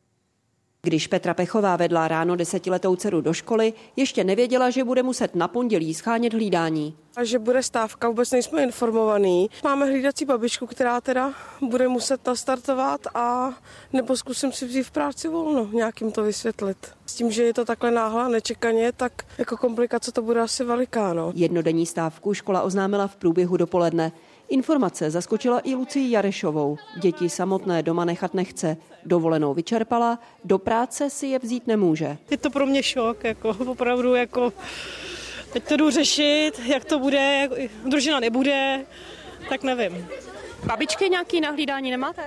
Když Petra Pechová vedla ráno desetiletou dceru do školy, ještě nevěděla, že bude muset na pondělí schánět hlídání. A že bude stávka, vůbec nejsme informovaní. Máme hlídací babičku, která teda bude muset nastartovat a nebo zkusím si vzít v práci volno, nějak jim to vysvětlit. S tím, že je to takhle náhle nečekaně, tak jako komplikace to bude asi veliká. No. Jednodenní stávku škola oznámila v průběhu dopoledne. Informace zaskočila i Lucii Jarešovou. Děti samotné doma nechat nechce. Dovolenou vyčerpala, do práce si je vzít nemůže. Je to pro mě šok, jako opravdu, jako teď to jdu řešit, jak to bude, družina nebude, tak nevím. Babičky nějaký nahlídání nemáte?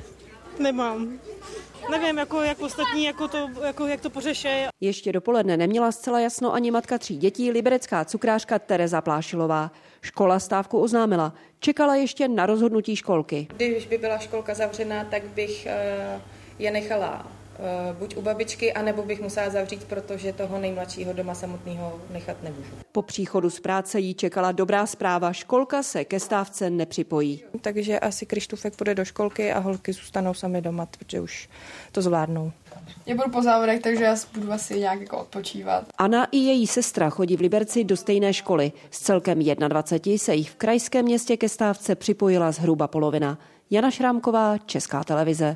Nemám. Nevím, jako, jak ostatní, jako to, jako, jak to pořeší. Ještě dopoledne neměla zcela jasno ani matka tří dětí, liberecká cukrářka Tereza Plášilová. Škola stávku oznámila. Čekala ještě na rozhodnutí školky. Když by byla školka zavřená, tak bych je nechala buď u babičky, anebo bych musela zavřít, protože toho nejmladšího doma samotného nechat nemůžu. Po příchodu z práce jí čekala dobrá zpráva. Školka se ke stávce nepřipojí. Takže asi Krištůfek půjde do školky a holky zůstanou sami doma, protože už to zvládnou. Já budu po závodech, takže já budu asi nějak jako odpočívat. Anna i její sestra chodí v Liberci do stejné školy. Z celkem dvaceti jedna se jich v krajském městě ke stávce připojila zhruba polovina. Jana Šrámková, Česká televize.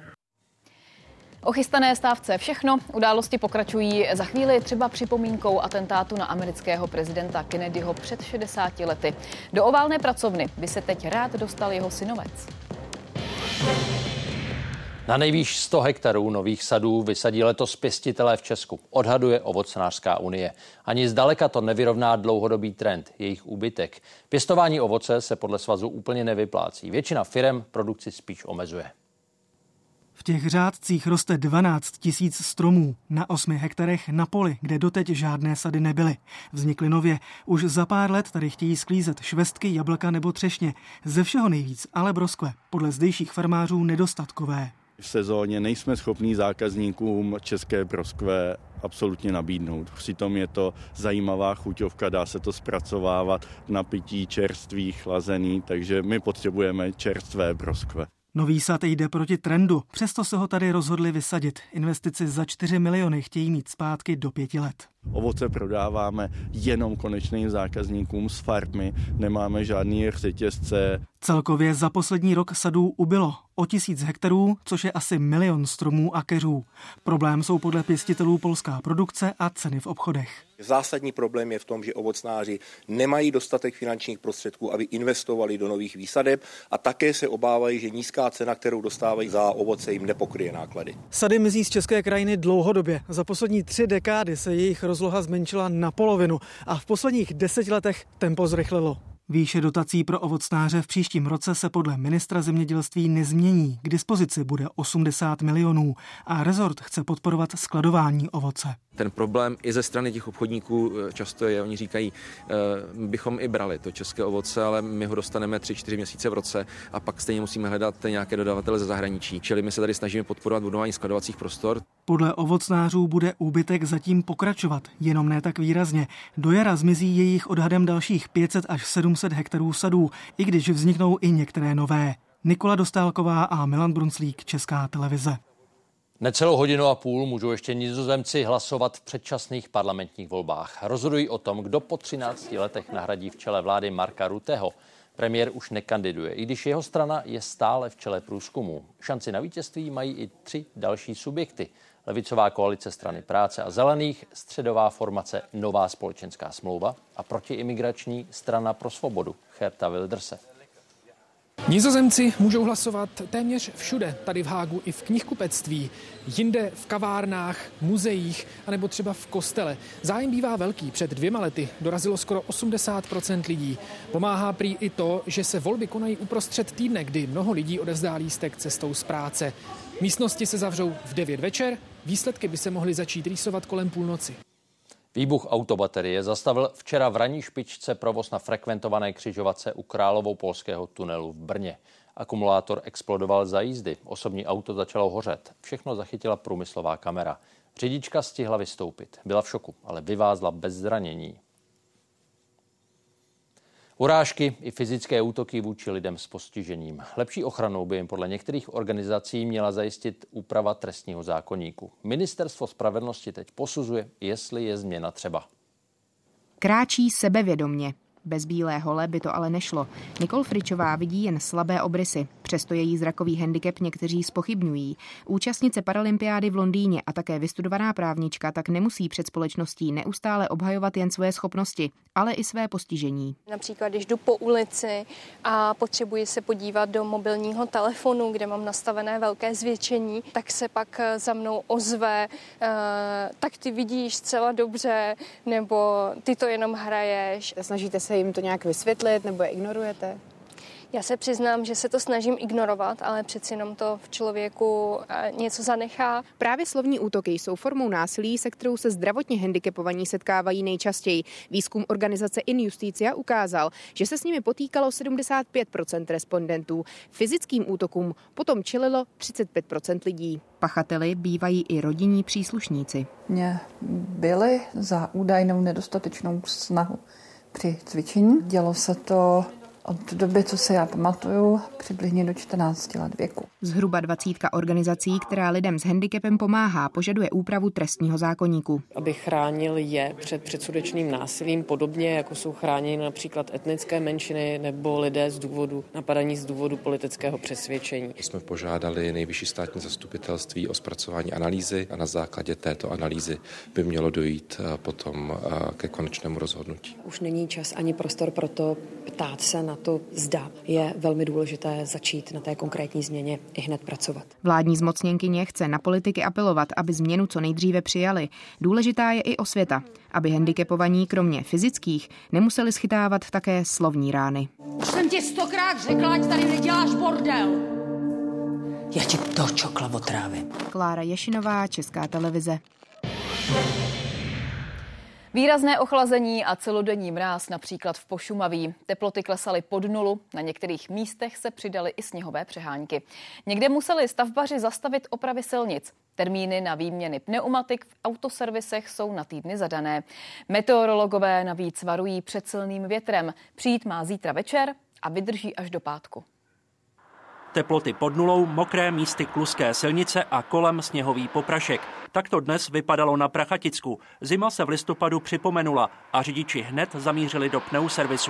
O chystané stávce všechno. Události pokračují za chvíli třeba připomínkou atentátu na amerického prezidenta Kennedyho před šedesáti lety. Do oválné pracovny by se teď rád dostal jeho synovec. Na nejvýš sto hektarů nových sadů vysadí letos pěstitelé v Česku, odhaduje Ovocnářská unie. Ani zdaleka to nevyrovná dlouhodobý trend, jejich úbytek. Pěstování ovoce se podle svazu úplně nevyplácí. Většina firem produkci spíš omezuje. V těch řádcích roste dvanáct tisíc stromů na osmi hektarech na poli, kde doteď žádné sady nebyly. Vznikly nově. Už za pár let tady chtějí sklízet švestky, jablka nebo třešně. Ze všeho nejvíc ale broskve, podle zdejších farmářů nedostatkové. V sezóně nejsme schopní zákazníkům české broskve absolutně nabídnout. Přitom je to zajímavá chuťovka, dá se to zpracovávat na pití čerstvý, chlazený, takže my potřebujeme čerstvé broskve. Nový sad jde proti trendu, přesto se ho tady rozhodli vysadit. Investici za čtyři miliony chtějí mít zpátky do pěti let. Ovoce prodáváme jenom konečným zákazníkům z farmy, nemáme žádný řetězce. Celkově za poslední rok sadů ubylo o tisíc hektarů, což je asi milion stromů a keřů. Problém jsou podle pěstitelů polská produkce a ceny v obchodech. Zásadní problém je v tom, že ovocnáři nemají dostatek finančních prostředků, aby investovali do nových výsadeb a také se obávají, že nízká cena, kterou dostávají za ovoce, jim nepokryje náklady. Sady mizí z české krajiny dlouhodobě. Za poslední tři dekády se jejich rozloha zmenšila na polovinu a v posledních deseti letech tempo zrychlilo. Výše dotací pro ovocnáře v příštím roce se podle ministra zemědělství nezmění. K dispozici bude osmdesát milionů a rezort chce podporovat skladování ovoce. Ten problém i ze strany těch obchodníků často je, oni říkají, my bychom i brali to české ovoce, ale my ho dostaneme tři čtyři měsíce v roce a pak stejně musíme hledat nějaké dodavatele ze zahraničí. Čili my se tady snažíme podporovat budování skladovacích prostor. Podle ovocnářů bude úbytek zatím pokračovat, jenom ne tak výrazně. Do jara zmizí jejich odhadem dalších pět set až sedm set hektarů sadů, i když vzniknou i některé nové. Nikola Dostálková a Milan Brunclík, Česká televize. Necelou hodinu a půl můžou ještě Nizozemci hlasovat v předčasných parlamentních volbách. Rozhodují o tom, kdo po třinácti letech nahradí v čele vlády Marka Rutteho. Premiér už nekandiduje, i když jeho strana je stále v čele průzkumu. Šanci na vítězství mají i tři další subjekty. levicová koalice Strany práce a zelených, středová formace Nová společenská smlouva a protiimigrační Strana pro svobodu Geerta Wilderse. Nizozemci můžou hlasovat téměř všude, tady v Hágu i v knihkupectví, jinde v kavárnách, muzeích anebo třeba v kostele. Zájem bývá velký. Před dvěma lety dorazilo skoro osmdesát procent lidí. Pomáhá prý i to, že se volby konají uprostřed týdne, kdy mnoho lidí odevzdá lístek cestou z práce. Místnosti se zavřou v devět večer, výsledky by se mohly začít rýsovat kolem půlnoci. Výbuch autobaterie zastavil včera v ranní špičce provoz na frekventované křižovatce u Královopolského tunelu v Brně. Akumulátor explodoval za jízdy, osobní auto začalo hořet. Všechno zachytila průmyslová kamera. Řidička stihla vystoupit. Byla v šoku, ale vyvázla bez zranění. Urážky i fyzické útoky vůči lidem s postižením. Lepší ochranou by jim podle některých organizací měla zajistit úprava trestního zákoníku. Ministerstvo spravedlnosti teď posuzuje, jestli je změna třeba. Kráčí sebevědomně. Bez bílé hole by to ale nešlo. Nikol Fričová vidí jen slabé obrysy. Přesto její zrakový handicap někteří zpochybňují. Účastnice paralympiády v Londýně a také vystudovaná právnička tak nemusí před společností neustále obhajovat jen své schopnosti, ale i své postižení. Například, když jdu po ulici a potřebuji se podívat do mobilního telefonu, kde mám nastavené velké zvětšení, tak se pak za mnou ozve, uh, tak ty vidíš zcela dobře, nebo ty to jenom hraješ. Snažíte se jim to nějak vysvětlit, nebo je ignorujete? Já se přiznám, že se to snažím ignorovat, ale přeci jenom to v člověku něco zanechá. Právě slovní útoky jsou formou násilí, se kterou se zdravotně handicapovaní setkávají nejčastěji. Výzkum organizace In Justitia ukázal, že se s nimi potýkalo sedmdesát pět procent respondentů. Fyzickým útokům potom čelilo třicet pět procent lidí. Pachateli bývají i rodinní příslušníci. Mě byli za údajnou nedostatečnou snahu při cvičení. Dělo se to od doby, co se já pamatuju, přibližně do čtrnácti let věku. Zhruba dvacítka organizací, která lidem s handicapem pomáhá, požaduje úpravu trestního zákoníku. Aby chránil je před předsudečným násilím, podobně jako jsou chráněny například etnické menšiny nebo lidé z důvodu napadání z důvodu politického přesvědčení. Jsme požádali nejvyšší státní zastupitelství o zpracování analýzy a na základě této analýzy by mělo dojít potom ke konečnému rozhodnutí. Už není čas ani prostor pro to ptát se na to, zda je velmi důležité začít na té konkrétní změně i hned pracovat. Vládní zmocněnkyně chce na politiky apelovat, aby změnu co nejdříve přijali. Důležitá je i osvěta, aby handicapovaní kromě fyzických nemuseli schytávat také slovní rány. Už jsem ti stokrát řekla, ať tady neděláš bordel. Já ti to čokla otrávím. Klára Ješinová, Česká televize. Výrazné ochlazení a celodenní mráz například v Pošumaví. Teploty klesaly pod nulu, na některých místech se přidaly i sněhové přehánky. Někde museli stavbaři zastavit opravy silnic. Termíny na výměny pneumatik v autoservisech jsou na týdny zadané. Meteorologové navíc varují před silným větrem. Přijít má zítra večer a vydrží až do pátku. Teploty pod nulou, mokré místy kluské silnice a kolem sněhový poprašek. Tak to dnes vypadalo na Prachaticku. Zima se v listopadu připomenula a řidiči hned zamířili do pneuservisů.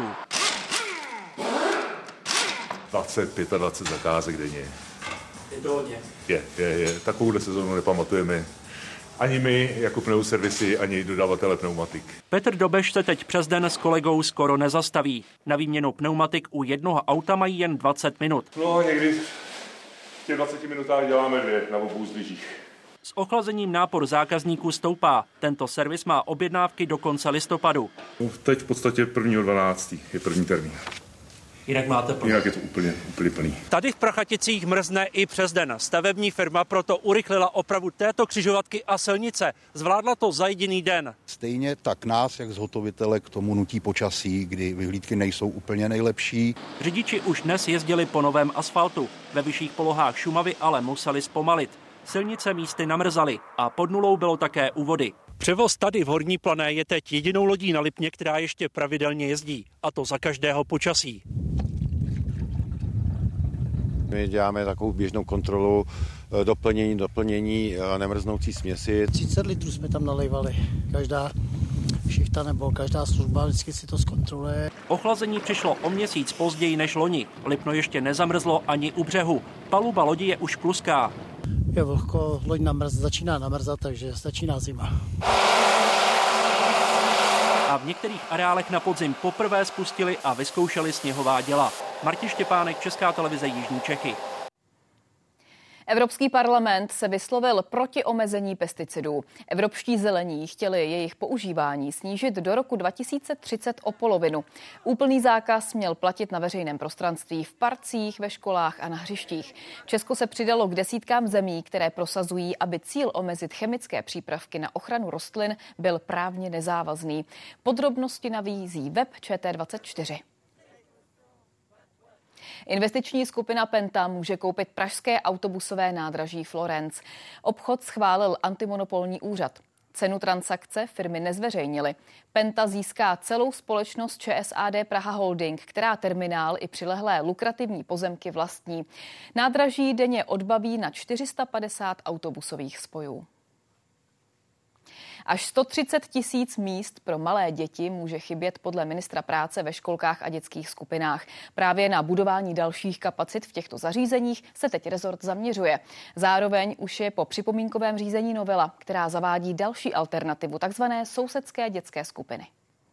dvacet, dvacet pět zakázek denně. Je to hodně. Je, je, je. Takovouhle sezónu nepamatujeme. Ani my, jako pneuservisy, ani dodavatele pneumatik. Petr Dobeš se teď přes den s kolegou skoro nezastaví. Na výměnu pneumatik u jednoho auta mají jen dvacet minut. No, někdy v těch dvaceti minutách děláme dvě na obou zdvižích. S ochlazením nápor zákazníků stoupá. Tento servis má objednávky do konce listopadu. No, teď v podstatě prvního dvanáctého je první termín. Jinak máte plný. Jinak je to úplně, úplně plný. Tady v Prachaticích mrzne i přes den. Stavební firma proto urychlila opravu této křižovatky a silnice. Zvládla to za jediný den. Stejně tak nás, jak zhotovitele, k tomu nutí počasí, kdy vyhlídky nejsou úplně nejlepší. Řidiči už dnes jezdili po novém asfaltu. Ve vyšších polohách Šumavy ale museli zpomalit. Silnice místy namrzaly a pod nulou bylo také u vody. Převoz tady v Horní Plané je teď jedinou lodí na Lipně, která ještě pravidelně jezdí. A to za každého počasí. My děláme takovou běžnou kontrolu doplnění, doplnění nemrznoucí směsi. třicet litrů jsme tam nalejvali. Každá šichta nebo každá služba vždycky si to zkontroluje. Ochlazení přišlo o měsíc později než loni. Lipno ještě nezamrzlo ani u břehu. Paluba lodi je už pluská. je vlhko, loď namrz, začíná namrzat, takže začíná zima. A v některých areálech na podzim poprvé spustili a vyzkoušeli sněhová děla. Martin Štěpánek, Česká televize Jižní Čechy. Evropský parlament se vyslovil proti omezení pesticidů. Evropští zelení chtěli jejich používání snížit do roku dva tisíce třicet o polovinu. Úplný zákaz měl platit na veřejném prostranství, v parcích, ve školách a na hřištích. Česko se přidalo k desítkám zemí, které prosazují, aby cíl omezit chemické přípravky na ochranu rostlin byl právně nezávazný. Podrobnosti navízí web Č T dvacet čtyři. Investiční skupina Penta může koupit pražské autobusové nádraží Florence. Obchod schválil antimonopolní úřad. Cenu transakce firmy nezveřejnily. Penta získá celou společnost Č S A D Praha Holding, která terminál i přilehlé lukrativní pozemky vlastní. Nádraží denně odbaví na čtyři sta padesát autobusových spojů. Až sto třicet tisíc míst pro malé děti může chybět podle ministra práce ve školkách a dětských skupinách. Právě na budování dalších kapacit v těchto zařízeních se teď rezort zaměřuje. Zároveň už je po připomínkovém řízení novela, která zavádí další alternativu, takzvané sousedské dětské skupiny.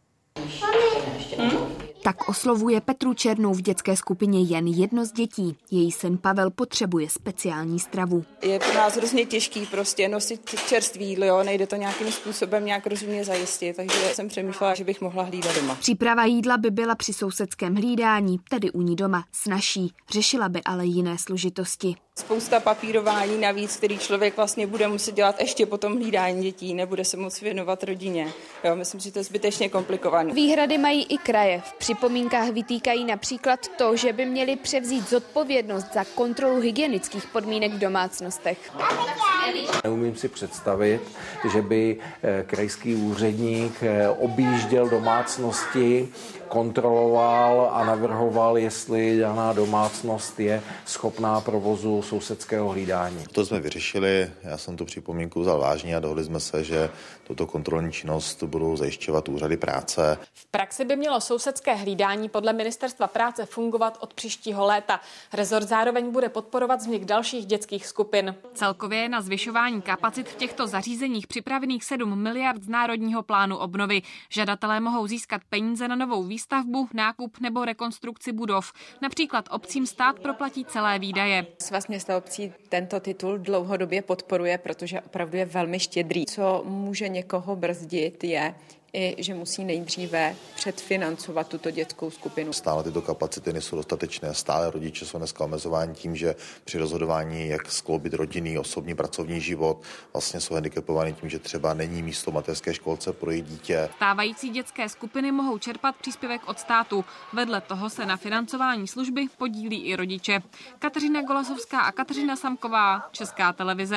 Tak oslovuje Petru Černou v dětské skupině jen jedno z dětí. Její syn Pavel potřebuje speciální stravu. Je pro nás hrozně těžký prostě nosit čerstvý jídlo, jo? Nejde to nějakým způsobem nějak rozumně zajistit, takže jsem přemýšlela, že bych mohla hlídat doma. Příprava jídla by byla při sousedském hlídání, tedy u ní doma, snazší. Řešila by ale jiné složitosti. Spousta papírování navíc, který člověk vlastně bude muset dělat ještě po tom hlídání dětí, nebude se moc věnovat rodině. Jo, myslím, že to je zbytečně komplikované. Výhrady mají i kraje. V připomínkách vytýkají například to, že by měli převzít zodpovědnost za kontrolu hygienických podmínek v domácnostech. Neumím si představit, že by krajský úředník objížděl domácnosti, kontroloval a navrhoval, jestli daná domácnost je schopná provozu sousedského hlídání. To jsme vyřešili, já jsem tu připomínku vzal vážně a dohodli jsme se, že tuto kontrolní činnost budou zajišťovat úřady práce. V praxi by mělo sousedské hlídání podle Ministerstva práce fungovat od příštího léta. Rezort zároveň bude podporovat vznik dalších dětských skupin. Celkově je na zvyšování kapacit v těchto zařízeních připravených sedm miliard z Národního plánu obnovy. Žadatelé mohou získat peníze na novou výstavbu, nákup nebo rekonstrukci budov. Například obcím stát proplatí celé výdaje. Svaz měst a obcí tento titul dlouhodobě podporuje, protože opravdu je velmi štědrý. Co může někoho brzdit je, i že musí nejdříve předfinancovat tuto dětskou skupinu. Stále tyto kapacity nejsou dostatečné, stále rodiče jsou dneska omezováni tím, že při rozhodování, jak skloubit rodinný, osobní, pracovní život, vlastně jsou handicapováni tím, že třeba není místo v mateřské školce pro jejich dítě. Stávající dětské skupiny mohou čerpat příspěvek od státu. Vedle toho se na financování služby podílí i rodiče. Kateřina Golasovská a Kateřina Samková, Česká televize.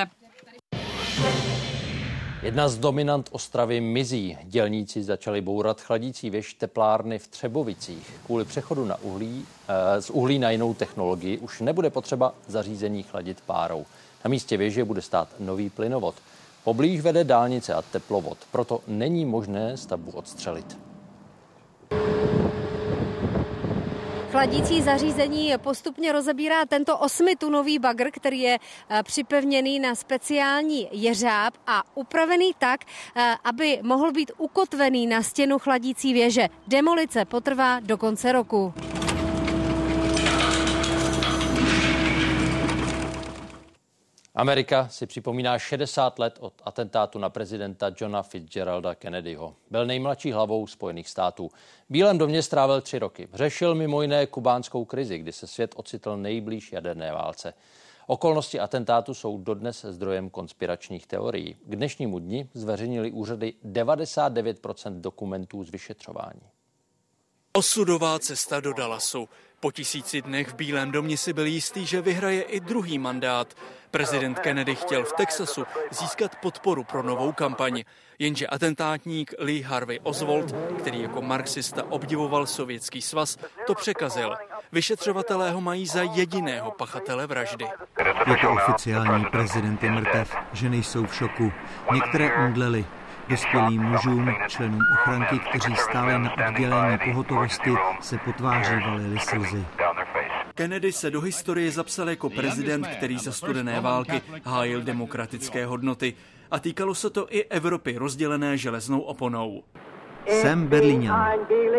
Jedna z dominant Ostravy mizí. Dělníci začali bourat chladící věž teplárny v Třebovicích. Kvůli přechodu na uhlí, eh, z uhlí na jinou technologii už nebude potřeba zařízení chladit párou. Na místě věže bude stát nový plynovod. Poblíž vede dálnice a teplovod, proto není možné stavbu odstřelit. Chladící zařízení postupně rozebírá tento osmitunový bagr, který je připevněný na speciální jeřáb a upravený tak, aby mohl být ukotvený na stěnu chladící věže. Demolice potrvá do konce roku. Amerika si připomíná šedesát let od atentátu na prezidenta Johna Fitzgeralda Kennedyho. Byl nejmladší hlavou Spojených států. V Bílém domě strávil tři roky. Řešil mimo jiné kubánskou krizi, kdy se svět ocitl nejblíž jaderné válce. Okolnosti atentátu jsou dodnes zdrojem konspiračních teorií. K dnešnímu dni zveřejnili úřady devadesát devět procent dokumentů z vyšetřování. Osudová cesta do Dallasu. Po tisíci dnech v Bílém domě si byl jistý, že vyhraje i druhý mandát. Prezident Kennedy chtěl v Texasu získat podporu pro novou kampaň. Jenže atentátník Lee Harvey Oswald, který jako marxista obdivoval Sovětský svaz, to překazil. Vyšetřovatelé ho mají za jediného pachatele vraždy. Je to oficiální, prezident je mrtev, ženy jsou v šoku. Některé omdlely. Dospělým mužům, členům ochranky, kteří stáli na oddělení pohotovosti, se po tváři valily slzy. Kennedy se do historie zapsal jako prezident, který za studené války hájil demokratické hodnoty. A týkalo se to i Evropy rozdělené železnou oponou. Jsem Berlíňan.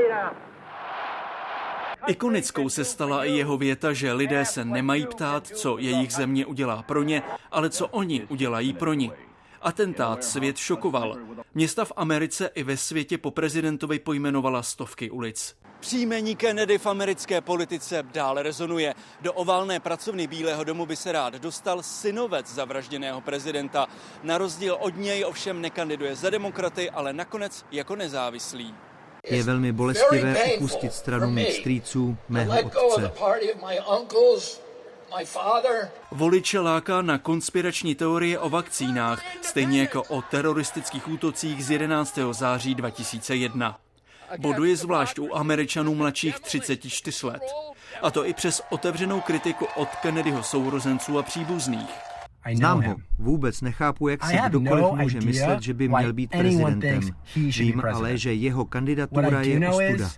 Ikonickou se stala i jeho věta, že lidé se nemají ptát, co jejich země udělá pro ně, ale co oni udělají pro ni. Atentát svět šokoval. Města v Americe i ve světě po prezidentovi pojmenovala stovky ulic. Příjmení Kennedy v americké politice dále rezonuje. Do oválné pracovny Bílého domu by se rád dostal synovec zavražděného prezidenta. Na rozdíl od něj ovšem nekandiduje za demokraty, ale nakonec jako nezávislý. Je velmi bolestivé opustit stranu mých strýců, mého otce. Voliče láká na konspirační teorie o vakcínách, stejně jako o teroristických útocích z jedenáctého září dva tisíce jedna. Boduje zvlášť u Američanů mladších třiceti čtyř let. A to i přes otevřenou kritiku od Kennedyho sourozenců a příbuzných. Znám ho. Vůbec nechápu, jak si kdokoliv může myslet, že by měl být prezidentem. Vím ale, že jeho kandidatura je ostuda.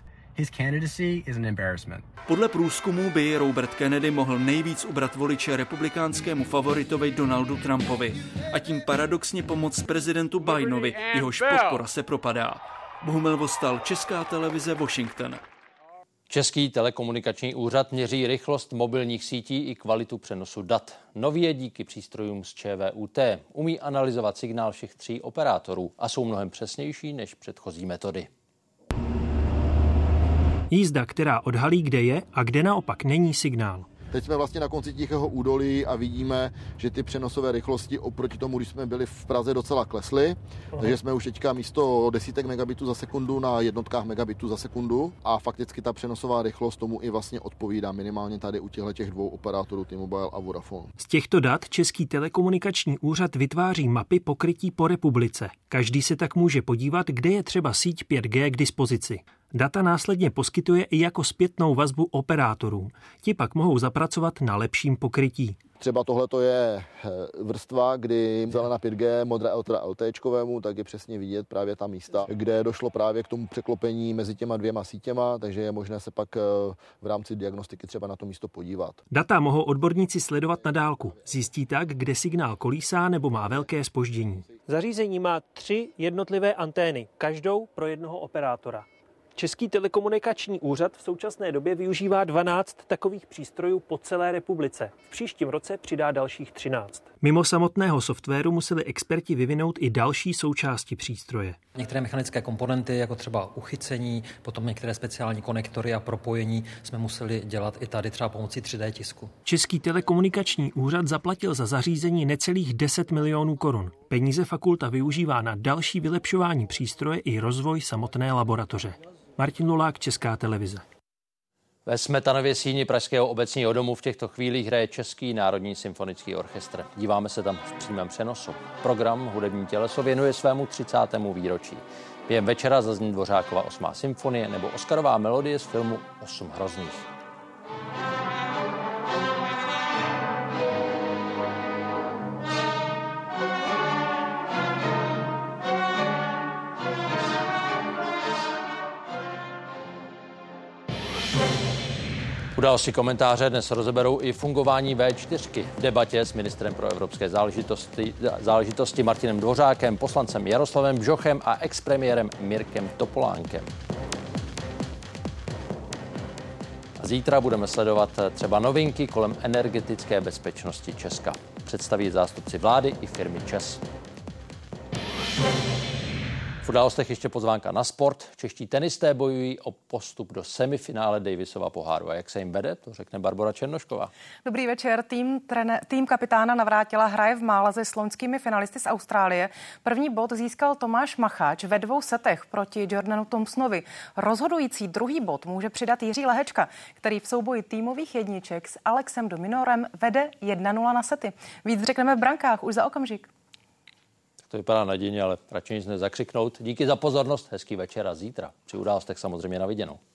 Podle průzkumu by Robert Kennedy mohl nejvíc ubrat voliče republikánskému favoritovi Donaldu Trumpovi a tím paradoxně pomoct prezidentu Bidenovi, jehož podpora se propadá. Bohumil Vostal, Česká televize, Washington. Český telekomunikační úřad měří rychlost mobilních sítí i kvalitu přenosu dat. Nový je díky přístrojům z ČVUT. Umí analyzovat signál všech tří operátorů a jsou mnohem přesnější než předchozí metody. Jízda, která odhalí, kde je a kde naopak není signál. Teď jsme vlastně na konci Tichého údolí a vidíme, že ty přenosové rychlosti oproti tomu, když jsme byli v Praze, docela klesly. Aha. Takže jsme už teďka místo desítek megabitů za sekundu na jednotkách megabitů za sekundu a fakticky ta přenosová rychlost tomu i vlastně odpovídá minimálně tady u těchto těch dvou operátorů T-Mobile a Vodafone. Z těchto dat Český telekomunikační úřad vytváří mapy pokrytí po republice. Každý se tak může podívat, kde je třeba síť pět G k dispozici. Data následně poskytuje i jako zpětnou vazbu operátorům. Ti pak mohou zapracovat na lepším pokrytí. Třeba tohle je vrstva, kdy zelená pět G, modré ultra LTEčkovému, tak je přesně vidět právě ta místa, kde došlo právě k tomu překlopení mezi těma dvěma sítěma, takže je možné se pak v rámci diagnostiky třeba na to místo podívat. Data mohou odborníci sledovat na dálku. Zjistí tak, kde signál kolísá nebo má velké zpoždění. Zařízení má tři jednotlivé antény, každou pro jednoho operátora. Český telekomunikační úřad v současné době využívá dvanáct takových přístrojů po celé republice. V příštím roce přidá dalších třináct. Mimo samotného softwaru museli experti vyvinout i další součásti přístroje. Některé mechanické komponenty, jako třeba uchycení, potom některé speciální konektory a propojení jsme museli dělat i tady třeba pomocí tři dé tisku. Český telekomunikační úřad zaplatil za zařízení necelých deset milionů korun. Peníze fakulta využívá na další vylepšování přístroje i rozvoj samotné laboratoře. Martin Lulák, Česká televize. Ve Smetanově síni Pražského obecního domu v těchto chvílích hraje Český národní symfonický orchestr. Díváme se tam v přímém přenosu. Program Hudební těleso věnuje svému třicátému výročí. Během večera zazní Dvořákova osmá symfonie nebo Oscarová melodie z filmu Osm hrozných. Události komentáře dnes rozeberou i fungování vé čtyřky v debatě s ministrem pro evropské záležitosti, záležitosti Martinem Dvořákem, poslancem Jaroslavem Bžochem a expremiérem Mirkem Topolánkem. A zítra budeme sledovat třeba novinky kolem energetické bezpečnosti Česka. Představí zástupci vlády i firmy ČEZ. V událostech ještě pozvánka na sport. Čeští tenisté bojují o postup do semifinále Davisova poháru. A jak se jim vede, to řekne Barbora Černošková. Dobrý večer. Tým, trené, tým kapitána Navrátila hraje v Málaze s loňskými finalisty z Austrálie. První bod získal Tomáš Macháč ve dvou setech proti Jordanu Thompsonovi. Rozhodující druhý bod může přidat Jiří Lehečka, který v souboji týmových jedniček s Alexem Dominorem vede jedna nula na sety. Víc řekneme v brankách už za okamžik. To vypadá nadějně, ale radši nic nezakřiknout. Díky za pozornost, hezký večer a zítra. Při událostech samozřejmě na viděnou.